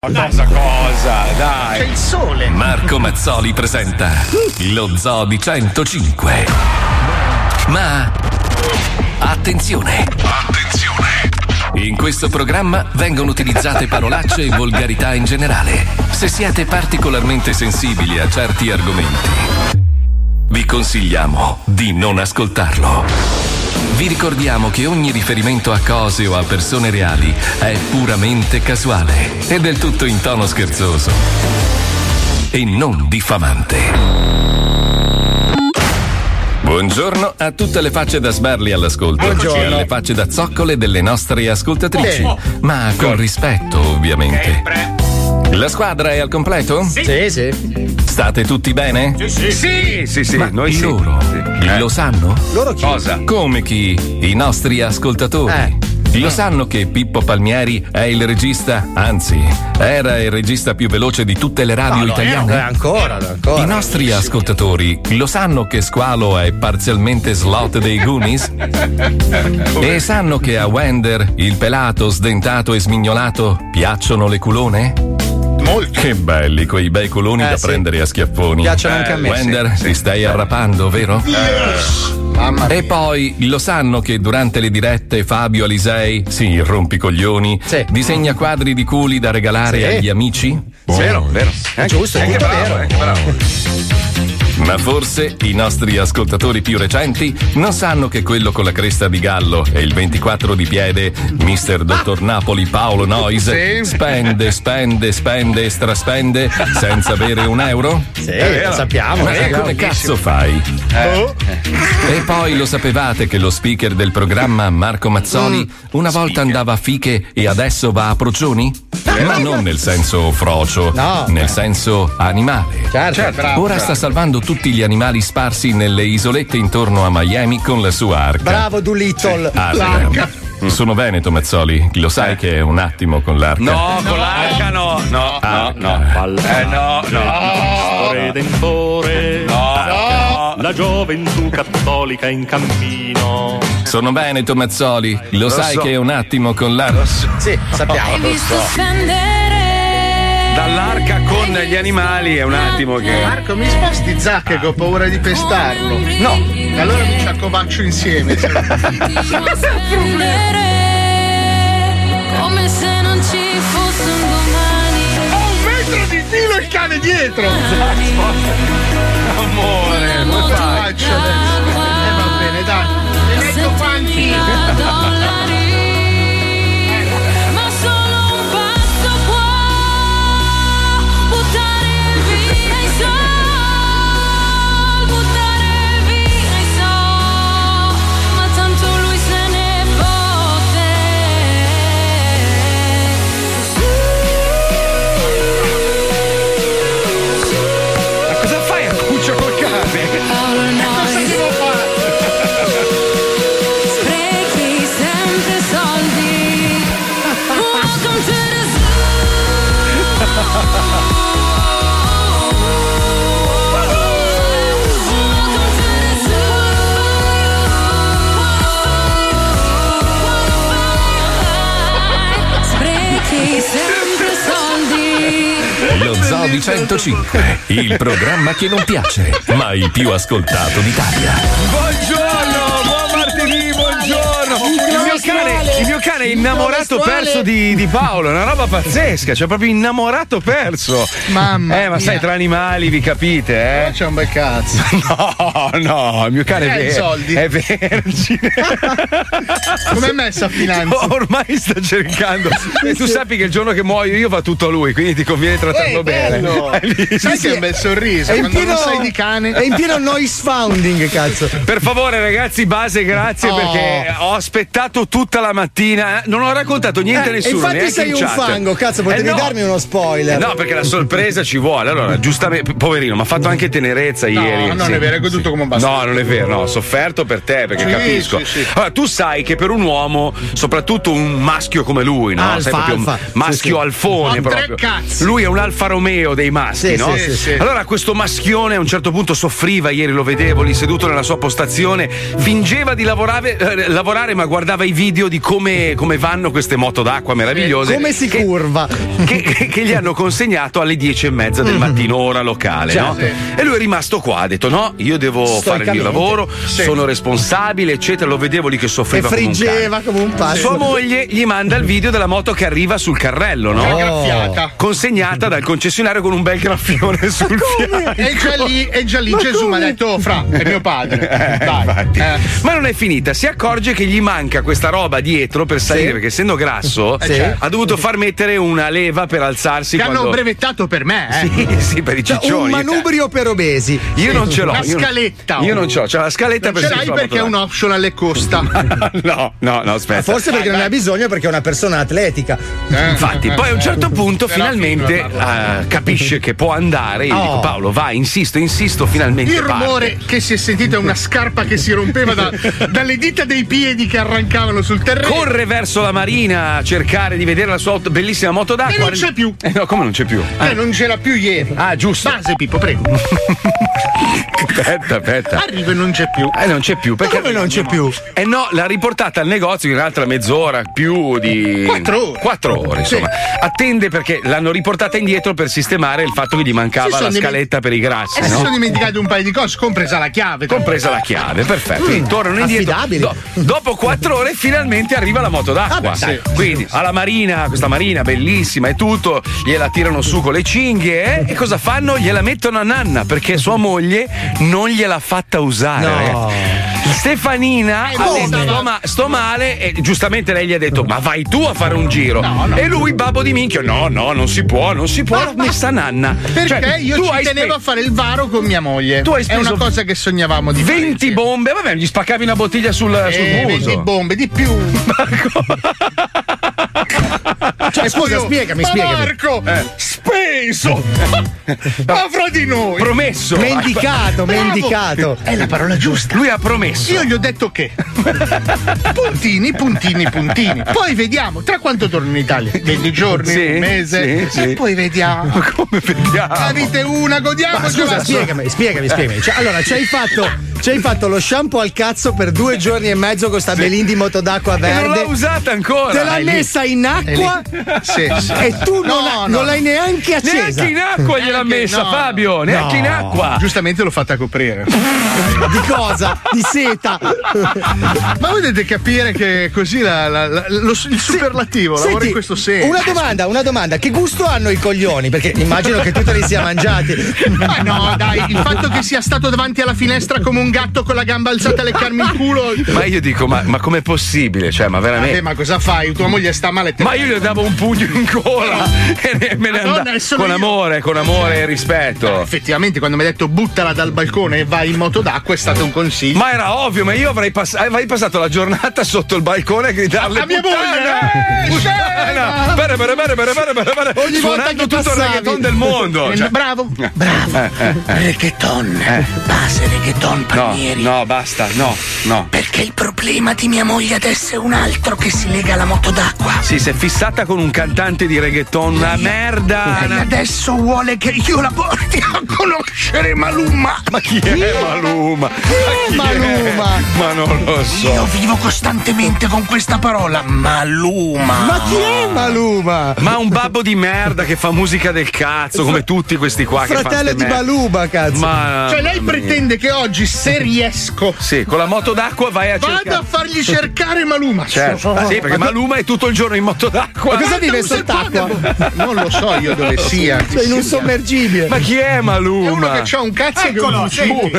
Cosa? Dai. C'è il sole. Marco Mazzoli presenta lo Zoo di 105. Ma attenzione! In questo programma vengono utilizzate parolacce e volgarità in generale. Se siete particolarmente sensibili a certi argomenti, vi consigliamo di non ascoltarlo. Vi ricordiamo che ogni riferimento a cose o a persone reali è puramente casuale e del tutto in tono scherzoso e non diffamante. Buongiorno a tutte le facce da sberli all'ascolto. Buongiorno. E alle facce da zoccole delle nostre ascoltatrici. Ma con rispetto, ovviamente. La squadra è al completo? Sì. State tutti bene? Sì, Ma noi loro lo sanno? Loro chi? Cosa? Come chi? I nostri ascoltatori. Lo sanno che Pippo Palmieri è il regista, anzi, era il regista più veloce di tutte le radio italiane? Ancora. I nostri ascoltatori lo sanno che Squalo è parzialmente slot dei Goonies? E sanno che a Wender, il pelato, sdentato e smignolato, piacciono le culone? Molto. Che belli quei bei culoni da sì. prendere a schiaffoni. Piacciono anche a me. Wender, ti stai arrapando, vero? Mamma mia. E poi lo sanno che durante le dirette Fabio Alisei, sì, il rompicoglioni, Sì. disegna quadri di culi da regalare Sì. agli amici? Vero. Giusto, è tutto vero. Ma forse i nostri ascoltatori più recenti non sanno che quello con la cresta di gallo e il 24 di piede, Mr. Dottor Napoli Paolo Noyes, spende e straspende senza avere un euro? Sì, lo sappiamo. Ma come cazzo fai? E poi lo sapevate che lo speaker del programma Marco Mazzoli una volta andava a fiche e adesso va a procioni? Ma non nel senso frocio, No. nel senso animale. Certo. Ora sta salvando tutti gli animali sparsi nelle isolette intorno a Miami con la sua arca. Bravo Doolittle. Arca. Sono Veneto, Mazzoli, lo sai che è un attimo con l'arca. No, con l'arca no. No. Redentore, la gioventù cattolica in cammino. Sono Veneto, Mazzoli, lo sai so. che è un attimo con l'arca. Sì, sappiamo. Hai visto scendere Dall'arca con gli animali è un attimo che. Marco, mi sposti Zac che ho paura di pestarlo. No. Allora mi ci accovaccio insieme. continua a scendere come se non ci fosse un domani. Ho un metro di filo il cane dietro. Amore, Come faccio adesso? Va bene, dai. Ne metto quanti? $6.000 ma solo un passo può buttare via i soldi, buttare via i soldi, ma tanto lui se ne fotte. Ma cosa fai a cuccio col cane? Paolo Noyes, Devo fare? sprechi sempre soldi. Welcome to the zoo. Sprechi sempre soldi. Lo Zoo di 105, il programma che non piace, ma il più ascoltato d'Italia. Buongiorno, buon martedì, buongiorno. Il mio cane è innamorato perso di Paolo, è una roba pazzesca, cioè proprio innamorato perso. Mamma ma sai, mia. tra animali vi capite, C'è un bel cazzo. No, il mio cane Hai i soldi? è vergine. Come è messa a finanza? Ormai sta cercando. E tu sappi che il giorno che muoio io va tutto a lui, quindi ti conviene trattarlo bene. Bello. Hai visto? Sai che è un bel sorriso È in quando pieno- non sai di cane. È in pieno noise founding, cazzo. Per favore, ragazzi, base, grazie, Oh. perché ho aspettato tutta la mattina. Non ho raccontato niente a E nessuno. infatti neanche sei in un chat. fango, cazzo, potevi no. darmi uno spoiler. No, perché la sorpresa ci vuole. Allora, giustamente, poverino, mi ha fatto anche tenerezza ieri. non è vero, è goduto come un bastardo. No, non è vero, no, ho sofferto per te, perché Sì, capisco. sì. Allora, tu sai che per un uomo, soprattutto un maschio come lui, no? Alfa, sai, proprio un alfa. maschio Sì, sì. alfone Ho tre proprio. cazzi. Lui è un Alfa Romeo dei maschi, Sì, no? sì, sì. Allora, questo maschione a un certo punto soffriva, ieri lo vedevo lì seduto nella sua postazione, fingeva di lavorare ma guardava i video di come vanno queste moto d'acqua meravigliose. Come si curva. Che gli hanno consegnato alle 10:30 del mattino, ora locale, no? Sì. E lui è rimasto qua, ha detto no, io devo fare il mio lavoro, sono responsabile, eccetera. Lo vedevo lì che E soffriva friggeva come un pazzo. Sua moglie gli manda il video della moto che arriva sul carrello, no? Graffiata. Consegnata dal concessionario con un bel graffione sul fianco. E già lì Gesù mi ha detto: oh, Fra, è mio padre. Dai. Infatti. Ma non è finita, si accorge che gli manca questa roba dietro per salire, perché essendo grasso ha dovuto far mettere una leva per alzarsi. Che quando... hanno brevettato per me, Sì, per i ciccioni. Un manubrio per obesi. Io non ce l'ho. La scaletta. Io non ce l'ho, c'è la scaletta Non per ce l'hai perché è un optional e costa. No, aspetta. Forse perché non ne ha bisogno, perché è una persona atletica. Infatti, poi a un certo punto finalmente capisce che può andare. Io dico: Paolo, vai, insisto, finalmente. Il rumore che si è sentito è una scarpa che si rompeva dalle dita dei piedi che arrancavano sul terreno. Corre verso la marina a cercare di vedere la sua bellissima moto d'acqua. E non c'è più. No, come non c'è più? Non c'era più ieri. Ah, giusto. Base, Pippo, prego. Aspetta. Arrivo e non c'è più. Non c'è più. Perché Come non c'è più? No, l'ha riportata al negozio in un'altra mezz'ora, più di 4 ore, insomma. Attende perché l'hanno riportata indietro per sistemare il fatto che gli mancava la scaletta per i grassi. Si sono dimenticati un paio di cose, compresa la chiave. Perfetto. Quindi tornano indietro. Dopo 4 ore finalmente arriva la moto d'acqua. Quindi alla marina, questa marina bellissima e tutto, gliela tirano su con le cinghie e cosa fanno? Gliela mettono a nanna perché sua moglie non gliel'ha fatta usare. Ragazzi. Stefanina ha detto: sto male, e giustamente lei gli ha detto: ma vai tu a fare un giro. E lui, babbo di minchia, no, non si può, l'ha messa a nanna. Perché io ci tenevo a fare il varo con mia moglie. Tu hai È una cosa che sognavamo di 20 bombe, vabbè, gli spaccavi una bottiglia sul muso. 20 bombe, di più. Scusa, spiegami. Marco, speso. Ma fra di noi. Promesso. Mendicato. È la parola giusta. Lui ha promesso. Io gli ho detto che puntini. Poi vediamo tra quanto torno in Italia. 20 giorni, un mese. Sì. E poi vediamo. Ma come vediamo? La vita è una, godiamo. Ma scusa, spiegami. Cioè, allora, ci hai fatto lo shampoo al cazzo per 2 giorni e mezzo con sta Belindi moto d'acqua verde. Non l'ha usata ancora. Te l'ha messa in acqua e tu non l'hai neanche accesa. Neanche in acqua gliel'ha messa, Fabio. Neanche in acqua. Giustamente l'ho fatta coprire. Di cosa? Di seta. Ma potete capire che così il superlativo lavora in questo senso. Una domanda, che gusto hanno i coglioni? Perché immagino che tu te li sia mangiati. Ma no, dai, il fatto che sia stato davanti alla finestra come un gatto con la gamba alzata a leccarmi il culo. Ma io dico, ma com'è possibile? Cioè, ma veramente. Ma cosa fai? Tua moglie sta male. Ma io gli davo un pugno in gola e me ne andavo con amore e rispetto. Effettivamente, quando mi hai detto buttala dal balcone e vai in moto d'acqua, è stato un consiglio. Ma era ovvio, ma io avrei passato la giornata sotto il balcone a gridarle: la mia moglie! Ogni suonando tutto il reggaeton del mondo. Bravo. Reggaeton. Base reggaeton, Palmieri. No, basta, no. Perché il problema di mia moglie adesso è un altro che si lega alla moto d'acqua. Sì, si è fissata con un cantante di reggaeton, una merda. E adesso vuole che io la porti a conoscere Maluma. Ma chi è Maluma? Ma non lo so. Io vivo costantemente con questa parola, Maluma. Ma chi è Maluma? Ma un babbo di merda che fa musica del cazzo, come tutti questi qua. Fratello di Maluma, cazzo. Cioè lei pretende che oggi, se riesco, sì, con la moto d'acqua vai a cercare. vado a fargli cercare Maluma. Certo. Sì, perché Maluma è tutto il giorno in moto d'acqua. Ma cosa vive sott'acqua? Non lo so io dove sia. Cioè in un sommergibile. Ma chi è Maluma? È uno che c'ha un cazzo che un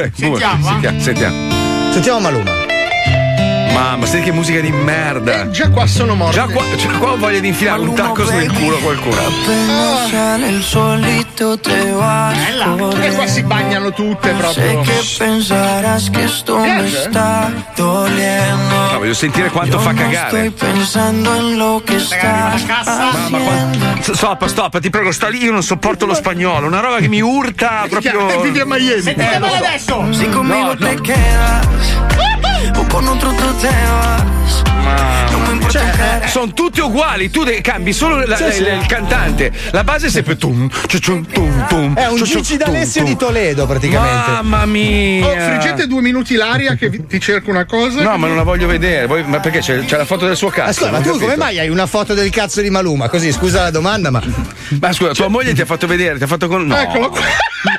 Sentiamo Maluma. Ma senti che musica di merda. Già qua sono morto. Già qua ho voglia di infilare un tacco nel culo a qualcuno. El solito te vas. E qua si bagnano tutte proprio. Sé que pensarás que esto me está doliendo. No, voglio sentire quanto fa cagare. Estoy pensando en lo que estás haciendo. Stop, ti prego, sta lì, io non sopporto lo spagnolo. Una roba che mi urta proprio. Vivi a Miami. Si conmigo te quedas. o con otro tú te vas. No me importa un carajo. Sono tutti uguali, tu cambi solo il cantante. La base è sempre tum. È un Gigi D'Alessio di Toledo, praticamente. Mamma mia. Friggete 2 minuti l'aria che ti cerco una cosa. No, ma non la voglio vedere. Ma perché c'è la foto del suo cazzo? Ascolta, ma tu come mai hai una foto del cazzo di Maluma? Così, scusa la domanda, ma. Ma scusa, tua moglie ti ha fatto vedere, ti ha fatto con. No. Eccolo qua.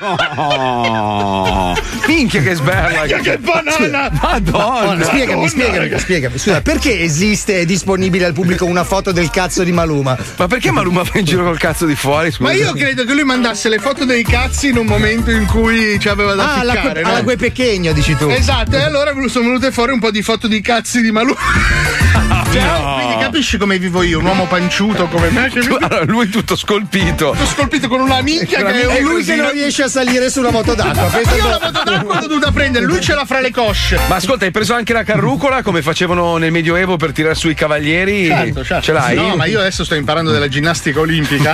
No. Minchia che sberla. Che banana. Madonna. Spiegami. Scusa, perché esiste, è disponibile al pubblico una foto del cazzo di Maluma? Ma perché Maluma va in giro col cazzo di fuori? Scusa. Ma io credo che lui mandasse le foto dei cazzi in un momento in cui ci aveva da ficcare, no? alla Gue Pechegno, dici tu. Esatto, e allora sono venute fuori un po' di foto di cazzi di Maluma. Quindi capisci come vivo io, un uomo panciuto come me. Allora, lui tutto scolpito. Tutto scolpito con una minchia che è lui che non riesce a salire su una moto d'acqua. Io la moto d'acqua l'ho dovuta prendere, lui ce l'ha fra le cosce. Ma ascolta, hai preso anche la carrucola come facevano nel Medioevo per tirare sui cavalieri? Certo. Ce l'hai? No, ma io adesso sto imparando della ginnastica olimpica.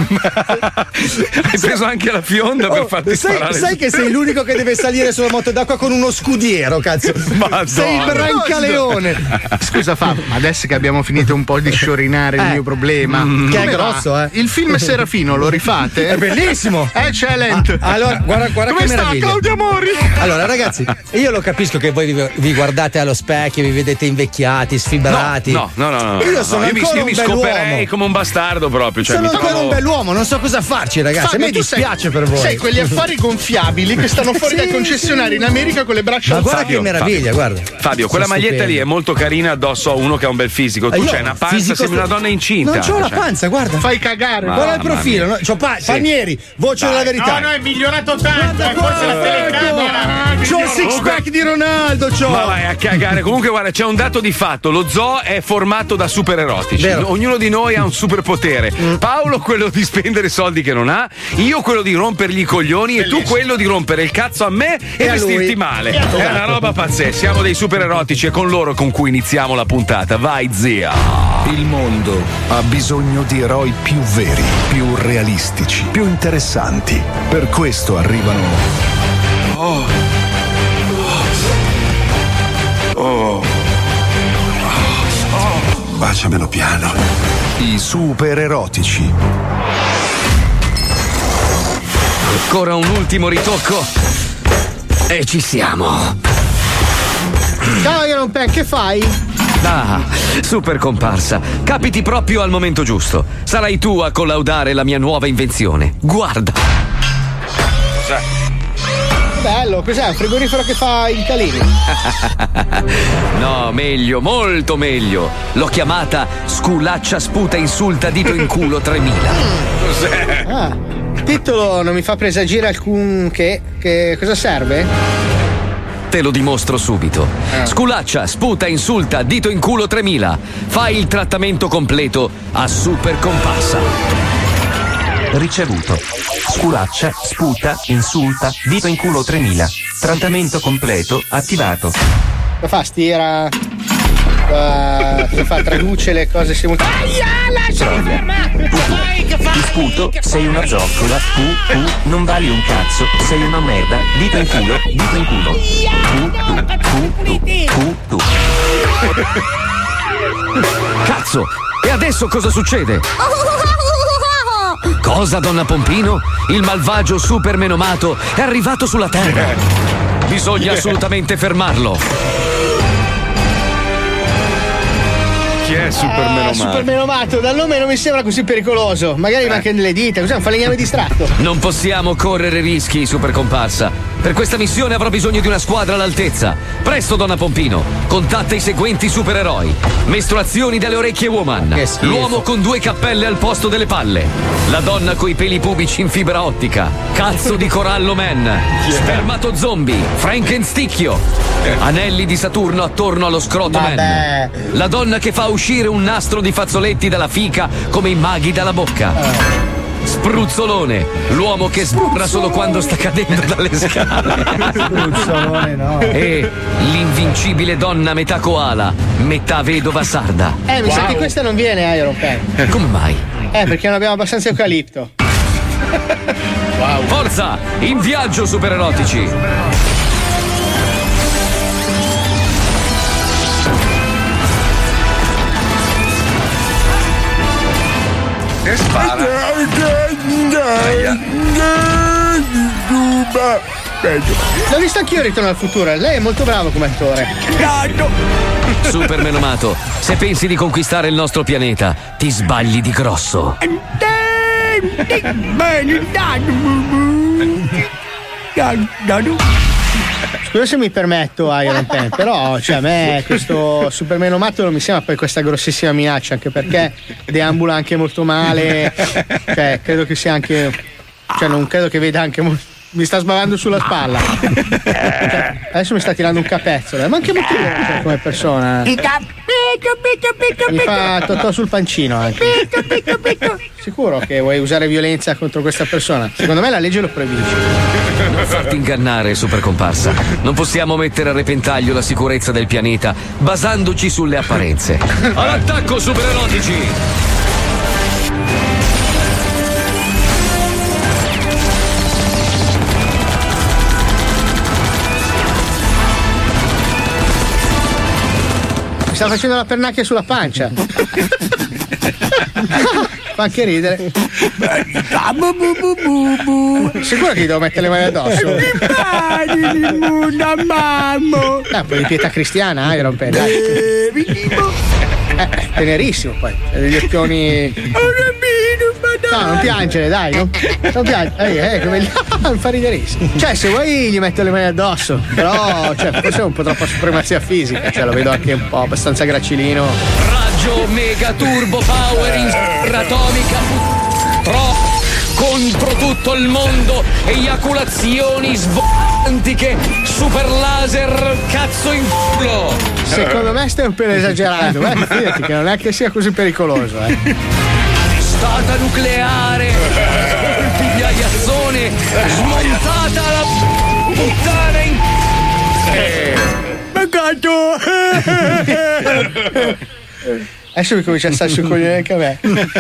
Hai preso anche la fionda per farti sparare. Sai che sei l'unico che deve salire sulla moto d'acqua con uno scudiero, cazzo. Madonna. Sei il Brancaleone. Scusa Fab, ma adesso che abbiamo finito un po' di sciorinare il mio problema, che è grosso, eh. Il film Serafino lo rifate? È bellissimo. Eccellent. Allora, guarda come che sta meraviglia. Claudio Mori? Allora, ragazzi, io lo capisco che voi vi guardate allo specchio, vi vedete invecchiati, sfibrati. No. Io sono ancora io mi un scoperei bell'uomo. come un bastardo proprio. Cioè, Sono mi ancora trovo... un bell'uomo, non so cosa farci, ragazzi. Fabio, a me dispiace per voi. Sai, quegli affari gonfiabili che stanno fuori dai concessionari in America con le braccia Ma guarda alzate. che meraviglia, guarda. Fabio, quella maglietta lì è molto carina addosso a uno che ha un bel fisico. Tu c'hai una panza, sembri una donna incinta. Non c'ho la panza, guarda. Fai cagare. Guarda il profilo, no? C'ho Palmieri, voce della verità. No, è migliorato tanto, è forse la telecamera. C'ho il six pack di Ronaldo, c'ho. Ma vai a cagare. Comunque, guarda, c'è un dato di fatto: lo zoo è formato da super erotici. Vero. Ognuno di noi ha un superpotere. Paolo, quello di spendere soldi che non ha, io quello di rompergli i coglioni, e tu quello di rompere il cazzo a me e vestirti lui. male. È una roba pazzesca. Siamo dei super erotici, e con loro con cui iniziamo la puntata. Vai, zia. Il mondo ha bisogno di eroi più veri, più realistici, più interessanti. Per questo arrivano. Baciamelo piano. I super erotici. Ancora un ultimo ritocco e ci siamo. Ciao, Iron Pen, che fai? Ah, super comparsa. Capiti proprio al momento giusto. Sarai tu a collaudare la mia nuova invenzione. Guarda. Bello, cos'è? Un frigorifero che fa i calini? No, meglio, molto meglio. L'ho chiamata Sculaccia Sputa Insulta Dito in Culo 3000. Cos'è? Ah, il titolo non mi fa presagire alcun che cosa serve? Te lo dimostro subito. Sculaccia, sputa, insulta, dito in culo 3000. Fai il trattamento completo a super comparsa. Ricevuto. Sculaccia, sputa, insulta, dito in culo 3000. Trattamento completo attivato. Lo fa, stira. Cosa fa? Traduce le cose simultaneamente. Lasciami fermare! Ti sputo, sei una zoccola. Non vali un cazzo, sei una merda. Dito in culo, dito in culo. Tu. Cazzo! E adesso cosa succede? Cosa, donna Pompino? Il malvagio super menomato è arrivato sulla terra. Bisogna assolutamente fermarlo. Chi è super menomato? Super menomato, dal nome non mi sembra così pericoloso. Magari manca delle dita, cos'è? Un falegname distratto. Non possiamo correre rischi, super comparsa. Per questa missione avrò bisogno di una squadra all'altezza. Presto, donna Pompino, contatta i seguenti supereroi. Mestruazioni dalle orecchie woman. L'uomo con 2 cappelle al posto delle palle. La donna coi peli pubici in fibra ottica. Cazzo di corallo man. Spermato zombie. Frankensticchio. Anelli di Saturno attorno allo scroto man. La donna che fa uscire un nastro di fazzoletti dalla fica come i maghi dalla bocca. Spruzzolone, l'uomo che sburra solo quando sta cadendo dalle scale. Spruzzolone, no. E l'invincibile donna metà koala, metà vedova sarda. Mi sa che questa non viene, Iron Pen. Come mai? Perché non abbiamo abbastanza eucalipto. Forza, in viaggio super erotici. che spara. L'ho visto anch'io Ritorno al futuro, lei è molto bravo come attore. Super menomato, se pensi di conquistare il nostro pianeta, ti sbagli di grosso. Scusa se mi permetto Iron Pen, però cioè, a me questo super menomato non mi sembra poi questa grossissima minaccia, anche perché deambula anche molto male, cioè credo che sia anche, cioè non credo che veda anche mi sta sbavando sulla spalla, cioè, adesso mi sta tirando un capezzolo, ma anche molto cioè, come persona mi fa totò sul pancino anche. Sicuro che vuoi usare violenza contro questa persona? Secondo me la legge lo proibisce. Non farti ingannare, super comparsa. Non possiamo mettere a repentaglio la sicurezza del pianeta basandoci sulle apparenze. All'attacco, super erotici! Mi sta facendo la pernacchia sulla pancia. Fa anche ridere. Sicuro che gli devo mettere le mani addosso? Poi di pietà cristiana, Iron Pen. Tenerissimo poi. Degli occhioni. No, non piangere, dai, non piangere. Come fa riderissimo. Cioè, se vuoi gli metto le mani addosso, però, cioè, forse è un po' troppa supremazia fisica, cioè lo vedo anche un po' abbastanza gracilino. Raggio mega turbo power in atomica contro tutto il mondo, eiaculazioni svantiche, super laser, cazzo in culo. Secondo me stai un pelo esagerando, fidati che non è che sia così pericoloso, Stata nucleare, colpi di aiazzone, smontata la puttana in adesso mi comincia a stare sul coglione anche a me.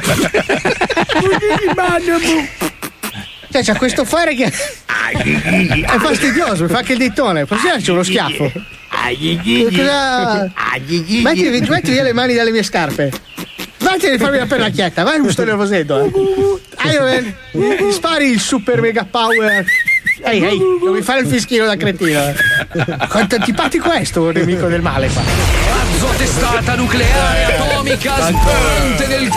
Cioè c'ha questo fare che è fastidioso, mi fa anche il dittone. Posso darci uno schiaffo? Metti via le mani dalle mie scarpe. Vatti a farmi la pernacchietta, vai, mi sto nervosendo. Spari il super mega power. Ehi, non mi fare il fischino da cretino. Quanto antipatico è sto nemico del male qua. Razzo testata nucleare atomica sponte del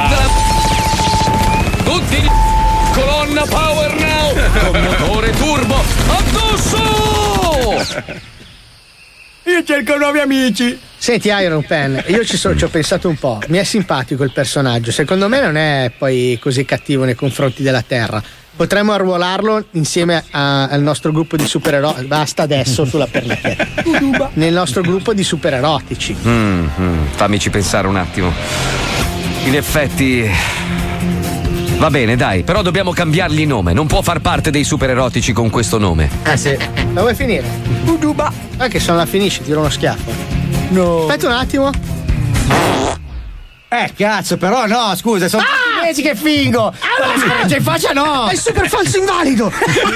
tutti colonna power now con motore turbo addosso. Io cerco nuovi amici. Senti Iron Pen, io ci ho pensato un po'. Mi è simpatico il personaggio. Secondo me non è poi così cattivo nei confronti della Terra. Potremmo arruolarlo insieme al nostro gruppo di supereroi. Basta adesso sulla pernacchietta. Nel nostro gruppo di supererotici. Fammici pensare un attimo. In effetti va bene, dai, però dobbiamo cambiargli nome. Non può far parte dei supererotici con questo nome. Sì. La vuoi finire? Anche se non la finisci, tiro uno schiaffo. No. Aspetta un attimo. Cazzo, però no, scusa, sono mesi che fingo. Allora, in faccia no. È super falso invalido.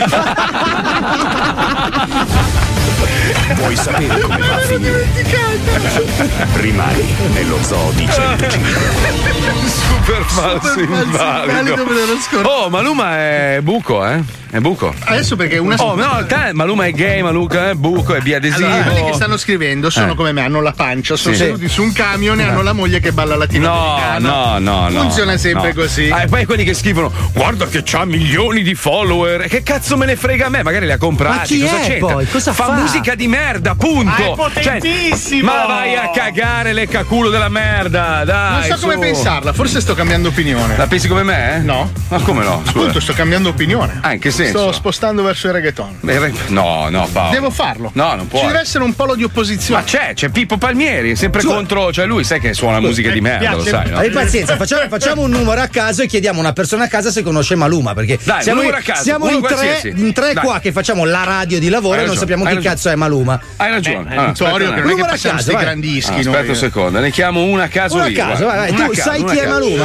Vuoi sapere come va a finire? Rimani nello Zoo di 105. Super falso invalido. Oh, Maluma è buco, È buco. Adesso perché una. Oh, no, Maluma è gay, Maluma è buco, è biadesivo. Allora, quelli che stanno scrivendo sono come me, hanno la pancia, sono seduti su un camion e hanno la moglie che balla latinoamericana. No. Funziona sempre così. E poi quelli che scrivono: guarda che c'ha milioni di follower. Che cazzo me ne frega a me? Magari li ha comprati. Ma chi cosa è c'entra? poi? Cosa fa? Musica di merda, punto. È potentissimo. Ma vai a cagare leccaculo della merda, dai. Non so come pensarla, forse sto cambiando opinione. La pensi come me? No. Ma come no? Scusa. Appunto, sto cambiando opinione. In che senso? Sto spostando verso il reggaeton. No, Paolo. Devo farlo. No, non può. Ci deve essere un polo di opposizione. Ma c'è Pippo Palmieri, è sempre contro. Cioè, lui sai che suona musica di merda, lo sai, no? Hai pazienza, facciamo un numero a caso e chiediamo a una persona a casa se conosce Maluma. Perché dai, siamo in tre qua che facciamo la radio di lavoro e non sappiamo chi cazzo è Maluma. Hai ragione. Vittorio, che non è che passiamo questi grandi dischi. Aspetta un secondo, ne chiamo una a caso. Una a caso, vai. Tu sai chi è Maluma?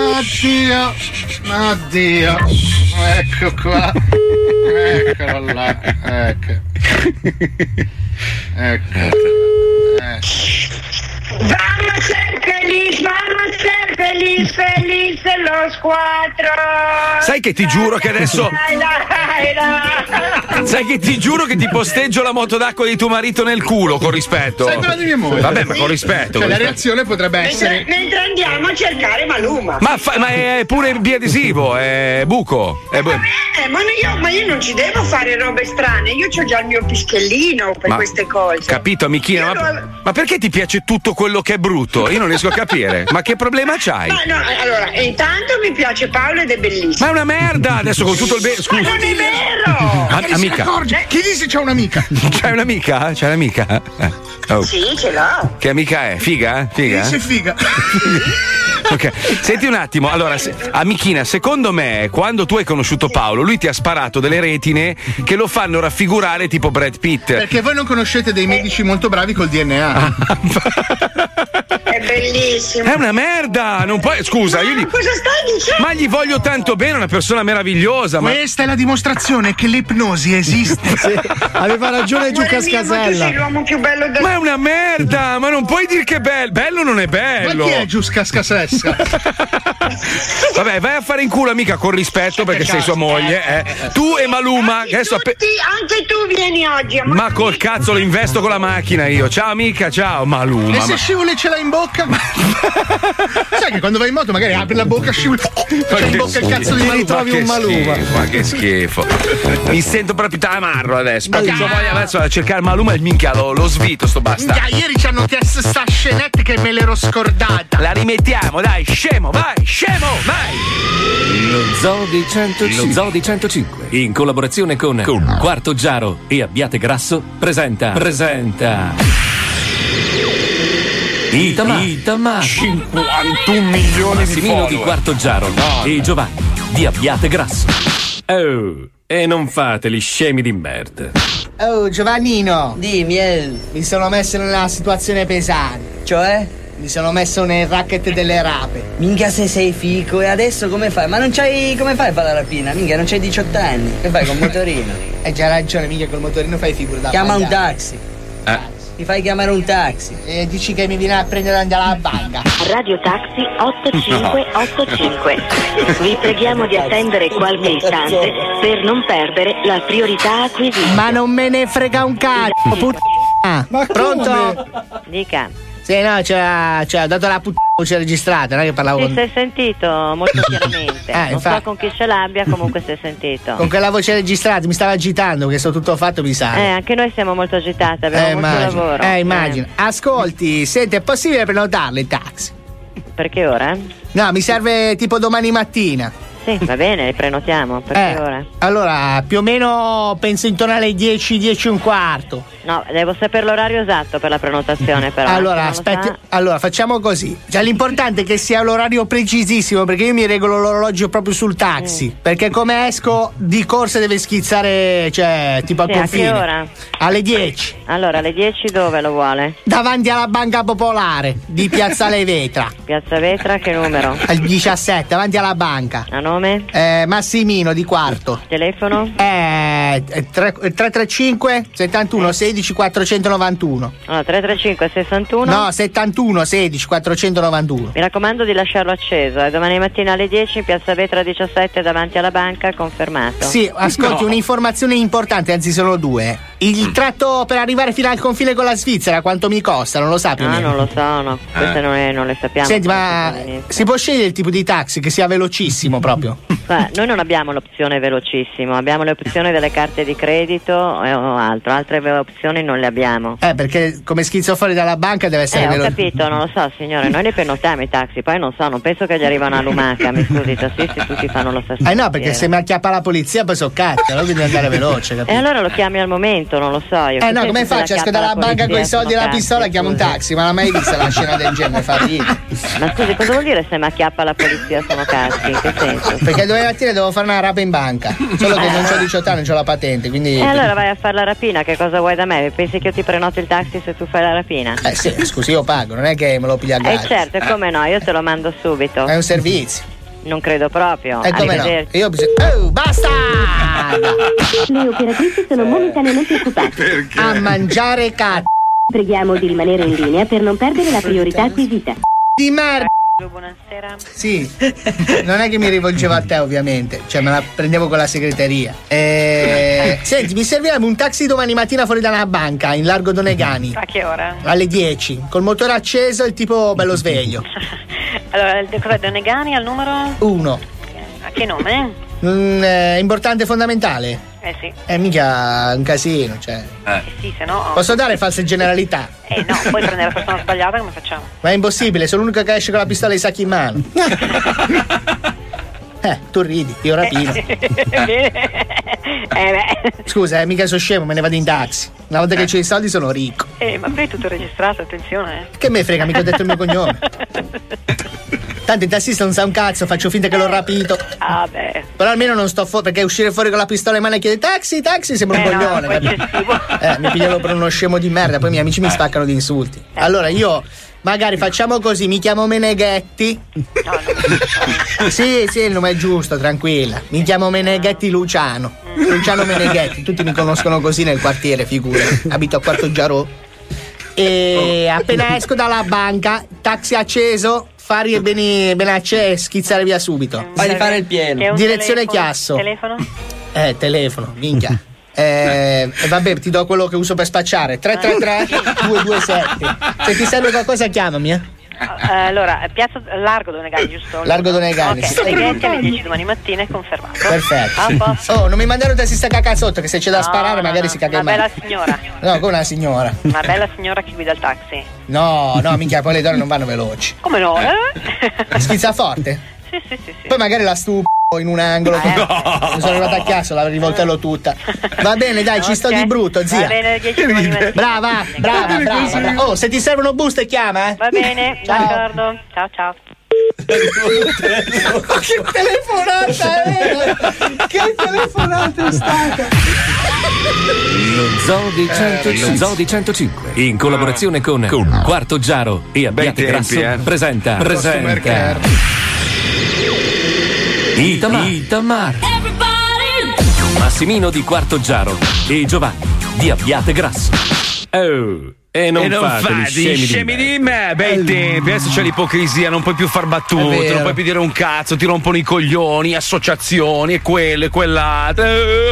Addio. Ecco qua. Eccolo là. Ecco. Vamos a ser feliz los cuatro. Sai che ti giuro che adesso. Sai che ti giuro che ti posteggio la moto d'acqua di tuo marito nel culo, con rispetto. Sai quella di mia moglie. Vabbè, ma con rispetto. Cioè, la reazione potrebbe essere. Mentre andiamo a cercare Maluma. Ma è pure biadesivo, è buco. Ma io non ci devo fare robe strane, io ho già il mio pischellino per queste cose. Capito, amichina? Ma perché ti piace tutto quello che è brutto? Io non riesco a capire. Ma che problema c'hai? Ma no, allora, intanto mi piace Paolo ed è bellissimo. Ma è una merda adesso con tutto il bene. Ma non è vero! Amica. Chi dice c'è un'amica? C'hai un'amica? C'hai un'amica? Oh. Sì, ce l'ho. Che amica è? Figa? Figa? Dice figa. Ok, senti un attimo, allora, amichina, secondo me, quando tu hai conosciuto Paolo, lui ti ha sparato delle retine che lo fanno raffigurare tipo Brad Pitt. Perché voi non conoscete dei medici molto bravi col DNA. È bellissimo. È una merda, non puoi. Scusa, io gli. Cosa stai dicendo? Ma gli voglio tanto bene, è una persona meravigliosa. Questa è la dimostrazione che l'ipnosi esiste. Sì, aveva ragione Giuca Scasella. Tu sei l'uomo più bello del Ma è una merda, ma non puoi dire che è bello. Bello non è bello. Ma chi è Giuca Scasella? Vabbè, vai a fare in culo, amica, con rispetto, perché sei sua moglie. Tu e Maluma. Adesso anche tu vieni oggi. Ma col cazzo lo investo con la macchina io. Ciao amica, ciao Maluma. E se scivoli ce l'hai in bocca? Sai che quando vai in moto magari apri la bocca, scivoli, c'è in bocca il cazzo di Maluma. Trovi un Maluma. Ma che schifo. Mi sento proprio tamarro adesso. Perché io voglio adesso a cercare Maluma e minchia lo svito sto bastardo. Ieri ci hanno chiesto sta scenetta che me l'ero scordata. La rimettiamo, dai, scemo, vai, Lo Zoo di 105 in collaborazione con Quarto Giaro e Abbiate Grasso presenta Itamar 51 milioni Massimino di Quarto Giaro e Giovanni di Abbiate Grasso. Oh, e non fate gli scemi di merda. Oh, Giovannino. Dimmi, mi sono messo in una situazione pesante. Cioè? Mi sono messo nel racket delle rape. Minchia, se sei fico, e adesso come fai? Ma non c'hai. Come fai a fare la rapina? Minchia, non c'hai 18 anni. Che fai col motorino? Hai già ragione, minchia, col motorino fai figura da Chiama un taxi. Ti fai chiamare un taxi. E dici che mi viene a prendere e andare alla banca. Radio Taxi 8585. Vi preghiamo di attendere qualche istante per non perdere la priorità acquisita. Ma non me ne frega un cazzo, puttana. Ma pronto? Dica. Sì, no, c'ha dato la voce registrata, non è che parlavo Sì, con... si è sentito molto chiaramente. Non infatti. so con chi ce l'abbia, comunque si è sentito. Con quella voce registrata mi stava agitando, perché sto tutto fatto, mi sa. Anche noi siamo molto agitati, abbiamo molto lavoro. Immagino. Ascolti, senti, è possibile prenotarle il taxi? Per che ora? No, mi serve tipo domani mattina. Sì, va bene, li prenotiamo. Per che ora? Allora, più o meno penso intorno alle 10, 10 e un quarto. No, devo sapere l'orario esatto per la prenotazione, però. Allora, aspetti. Allora, facciamo così. Cioè, l'importante è che sia l'orario precisissimo, perché io mi regolo l'orologio proprio sul taxi. Perché come esco di corsa deve schizzare, cioè, tipo al confine. A che ora? Alle 10. Allora, alle 10 dove lo vuole? Davanti alla Banca Popolare di Piazzale Vetra. Piazza Vetra, che numero? Al 17, davanti alla banca. A nome? Massimino di Quarto. Telefono? 335 71 16 491. Allora, 335 61? No, 71 16 491. Mi raccomando di lasciarlo acceso. Domani mattina alle 10 in Piazza Vetra 17 davanti alla banca, confermato. Sì, ascolti, un'informazione importante, anzi sono due. Il tratto per arrivare fino al confine con la Svizzera, quanto mi costa? Non lo sa più o meno? Non lo so, no. Queste non le sappiamo. Senti, ma si può scegliere il tipo di taxi che sia velocissimo proprio? Noi non abbiamo l'opzione velocissimo, abbiamo l'opzione delle carte di credito o altro. Altre opzioni non le abbiamo. Perché come schizzo fuori dalla banca deve essere veloce. Ho capito, non lo so, signore. Noi ne prenotiamo i taxi, poi non so, non penso che gli arrivano a lumaca. Mi scusi, i tassisti tutti fanno lo stesso. No, perché se mi acchiappa la polizia poi so cazzo, allora devi andare veloce, capito? E allora lo chiami al momento, non lo so. Io no, come faccio? Esco dalla banca con i soldi e la pistola, chiamo un taxi, ma non l'hai mai vista la scena del genere? Fa ridere. Ma scusi, cosa vuol dire se mi acchiappa la polizia sono caschi? In che senso? Perché domani mattina devo fare una rapa in banca. Solo che non c'ho 18 anni, non c'ho la patente, quindi. E allora vai a fare la rapina, che cosa vuoi da me? Pensi che io ti prenoti il taxi se tu fai la rapina? Sì, scusi, io pago, non è che me lo piglia a gratis. Certo, come no, io te lo mando subito. È un servizio. Non credo proprio. Come no? Io basta! Le operatrici sono momentaneamente occupate. A mangiare cazzo. Preghiamo di rimanere in linea per non perdere la priorità acquisita. Di merda. Buonasera. Sì, non è che mi rivolgevo a te ovviamente, cioè me la prendevo con la segreteria. Senti, mi servirebbe un taxi domani mattina fuori da una banca in Largo Donegani. A che ora? Alle 10, col motore acceso e il tipo bello sveglio. Allora, cos'è Donegani al numero? 1. A che nome? Importante, fondamentale? Sì. Mica un casino, cioè. Sì, se no. Posso dare false generalità? No, puoi prendere la persona sbagliata, come facciamo? Ma è impossibile, sono l'unico che esce con la pistola ai sacchi in mano. Tu ridi, io rapino. Scusa, mica sono scemo, me ne vado in taxi. Una volta che c'ho i soldi sono ricco. Ma qui è tutto registrato, attenzione. Che me frega, mica ho detto il mio cognome. Tanto il tassista non sa un cazzo, faccio finta che l'ho rapito. Ah, beh. Però almeno non sto fuori, perché uscire fuori con la pistola in mano e chiedere taxi sembra un coglione. Mi pigliano per uno scemo di merda, poi i miei amici mi spaccano di insulti. Allora io magari facciamo così, mi chiamo Meneghetti. Sì, il nome è giusto, tranquilla. Mi chiamo Meneghetti Luciano. Luciano Meneghetti, tutti mi conoscono così nel quartiere, figura. Abito a Quarto Giarò. E appena esco dalla banca, taxi acceso, fari e bene acceso, schizzare via subito. Fai fare il pieno. Direzione Chiasso. Telefono? Telefono, minchia. Vabbè, ti do quello che uso per spacciare. 333-227. Se ti serve qualcosa chiamami, Allora, piazza Largo Donegani, giusto? Largo Donegani. Ok, Seghetti alle 10 domani mattina è confermato. Perfetto. Oh, non mi mandare un tassista caca sotto, che se c'è da sparare magari si caga in mano. Una bella signora. No, come una signora. Una bella signora che guida il taxi. No, minchia, poi le donne non vanno veloci. Come no? Schizza forte? Sì. Poi magari la stupo in un angolo. Mi sono arrivata a chiasso, la rivoltello tutta. Va bene, dai, ci sto di brutto, zia. Va bene, 10 domani mattina. Brava. Oh, se ti servono buste chiama, Va bene, d'accordo. Ciao. Che telefonata è? Che telefonata è stata? Lo Zoo di 105 in collaborazione con Quarto Giaro e Abbiate Grasso presenta Itamar, Massimino di Quarto Giaro e Giovanni di Abbiate Grasso. E non fate gli scemi di me. Bei tempi, adesso c'è l'ipocrisia, non puoi più far battute, non puoi più dire un cazzo, ti rompono i coglioni, associazioni e quello e quell'altro.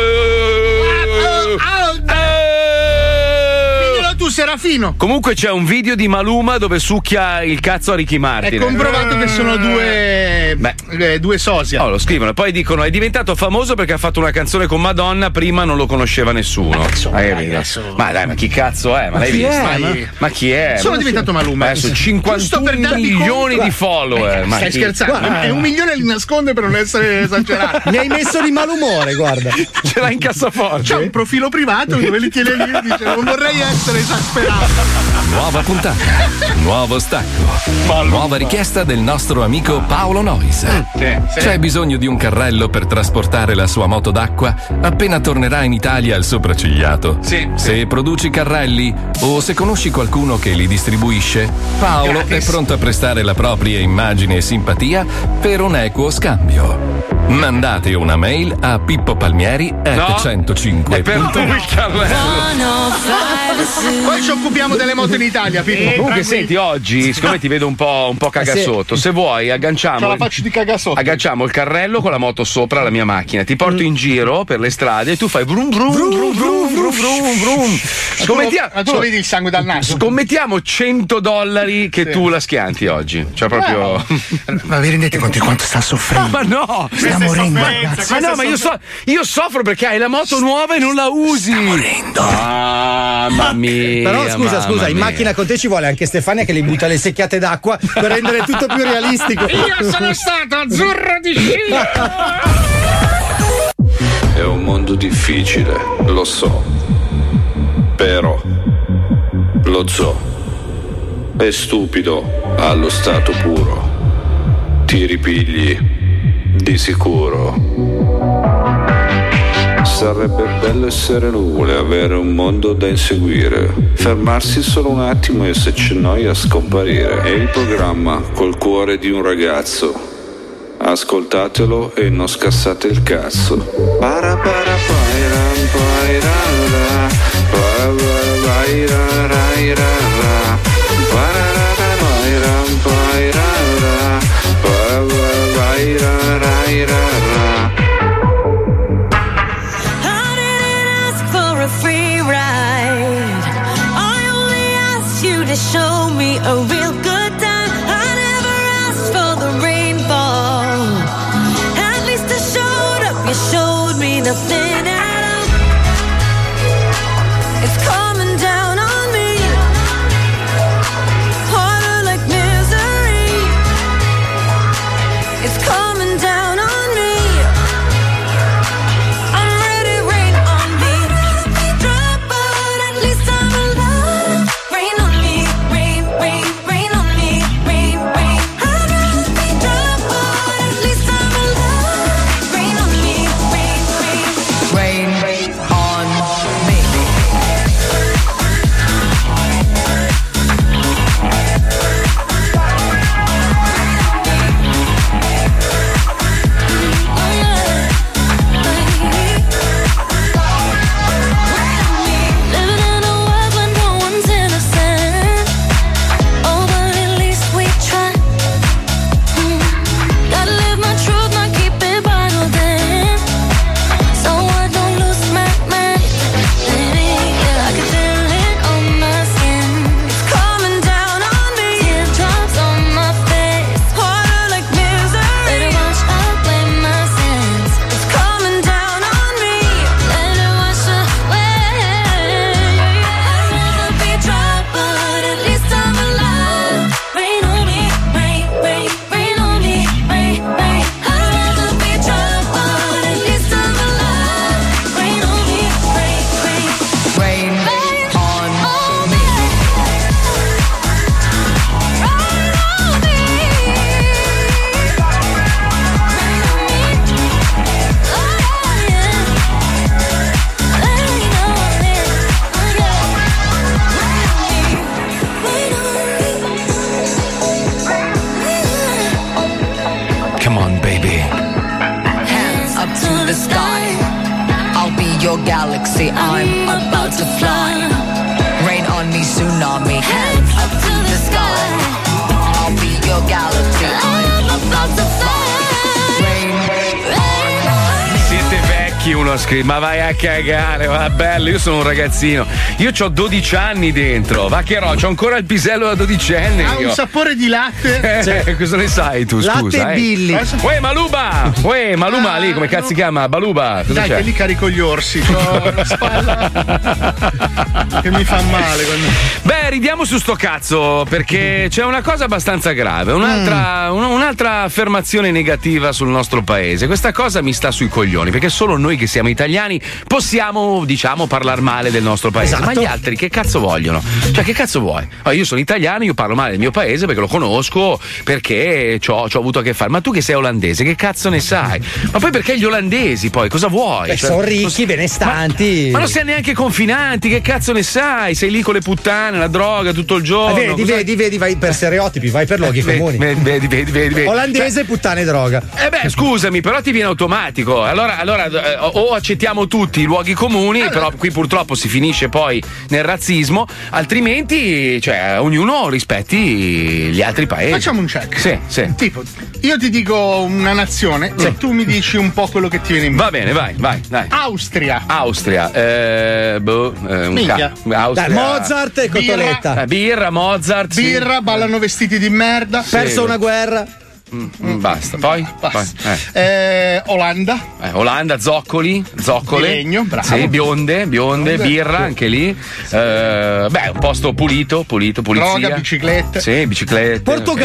Tu Serafino. Comunque c'è un video di Maluma dove succhia il cazzo a Ricky Martin. È comprovato che sono due sosia. Lo scrivono, poi dicono è diventato famoso perché ha fatto una canzone con Madonna, prima non lo conosceva nessuno. Ma dai, ma chi cazzo è? Ma l'hai visto? Ma chi è? Sono diventato Maluma. Adesso 51 milioni di follower. Ma stai scherzando? È 1 milione li nasconde per non essere esagerato. Mi hai messo di malumore, guarda. Ce l'ha in cassaforte. C'è un profilo privato dove li tiene lì e dice non vorrei essere esasperato. Nuova puntata, nuovo stacco, nuova richiesta del nostro amico Paolo Nois. C'è bisogno di un carrello per trasportare la sua moto d'acqua appena tornerà in Italia al sopraccigliato. Se produci carrelli o se conosci qualcuno che li distribuisce, Paolo è pronto a prestare la propria immagine e simpatia per un equo scambio. Mandate una mail a pippopalmieri@105. È per lui il carrello. Poi ci occupiamo delle moto in Italia, Pippo. Comunque senti, oggi siccome ti vedo un po' cagasotto, se vuoi agganciamo. Ce la faccio di cagasotto. Agganciamo il carrello con la moto sopra la mia macchina, ti porto in giro per le strade e tu fai brum brum brum brum brum brum brum. Ma tu vedi il sangue dal naso? Scommettiamo $100 che tu la schianti oggi. Cioè proprio. Ma vi rendete conto di quanto sta soffrendo? Ma no! Sta morendo, ragazzi. Ma no, ma io soffro perché hai la moto nuova e non la usi. Sta morendo. Mamma mia. Però scusa, in macchina con te ci vuole anche Stefania che li butta le secchiate d'acqua per rendere tutto più realistico. Io sono stato azzurro di scia. È un mondo difficile, lo so. Però lo zoo è stupido allo stato puro. Ti ripigli di sicuro. Sarebbe bello essere nuvole, avere un mondo da inseguire, fermarsi solo un attimo e se c'è noia scomparire. È il programma col cuore di un ragazzo. Ascoltatelo e non scassate il cazzo. Para para pairam pairara, para paira rai I didn't ask for a free ride. I only asked you to show me a real good time. I never asked for the rainfall. At least I showed up. You showed me nothing at all. It's coming down on me. Harder like misery. It's coming down on me. I'm ready, rain on me. Drop, but at least I'm alive. Rain on me, rain, rain, rain on me, rain, rain. I'd rather be drop, but at least I'm alive. Rain on me, rain, rain. Rain on me. Living in a world where no one's innocent. Oh, but at least we try. Gotta live my truth, not keep it bottled in. So I don't lose my mind. Yeah, I can feel it on my skin. It's coming down on me. Teardrops on my face. Harder like misery. Better watch out, blame my sins. It's coming down on me. Let it wash away. I'd rather be dry, but at least I'm alive. Rain on me, rain, rain, rain on me, rain, rain. I'd rather be dry, but at least I'm alive. Rain on me, rain, rain. Rain on me. Come on, baby. Hands up to the sky. I'll be your galaxy. I'm about to fly. Rain on me, tsunami. Hands up to the sky. I'll be your galaxy. I'm about to fly. Rain on me. Siete vecchi, uno scrive, ma vai a cagare, va bello, io sono un ragazzino, io ho 12 anni dentro, va che c'ho ancora il pisello da 12enne. Ha un sapore di latte. Cosa ne sai tu, Latte scusa? e Billy. Uè, Maluba! Uè, Maluma lì, come cazzo si chiama? Baluba, cosa Dai, c'è? che lì carico gli orsi. C'ho la spalla che mi fa male. Beh, ridiamo su sto cazzo, perché c'è una cosa abbastanza grave, un'altra affermazione negativa sul nostro paese. Questa cosa mi sta sui coglioni, perché solo noi che siamo italiani possiamo, diciamo, parlare male del nostro paese. Esatto. Ma gli altri che cazzo vogliono? Cioè, che cazzo vuoi? Io sono italiano, io parlo male del mio paese perché lo conosco, perché c'ho avuto a che fare. Ma tu che sei olandese, che cazzo ne sai? Ma poi perché gli olandesi poi? Cosa vuoi? Beh, sono ricchi, benestanti. Ma non sei neanche confinanti, che cazzo ne sai? Sei lì con le puttane, la droga tutto il giorno. Vedi, vai per stereotipi, vai per luoghi comuni. Vedi. Olandese, puttane, droga. Scusami, però ti viene automatico. Allora, o accettiamo tutti i luoghi comuni, però qui purtroppo si finisce poi nel razzismo, altrimenti, cioè, ognuno rispetti gli altri paesi. Facciamo un check. Sì. Tipo, io ti dico una nazione e tu mi dici un po' quello che ti viene in mente. Va bene, vai, dai. Austria. Austria. Dai, Mozart e Cotoletta. Birra, Mozart. Sì. Birra, ballano vestiti di merda. Perso una guerra. Basta, poi? Olanda. Olanda, zoccoli. Di legno, bravo. Sì, bionde, birra, anche lì. Un posto pulito, pulizia. Droga, biciclette. Sì, biciclette.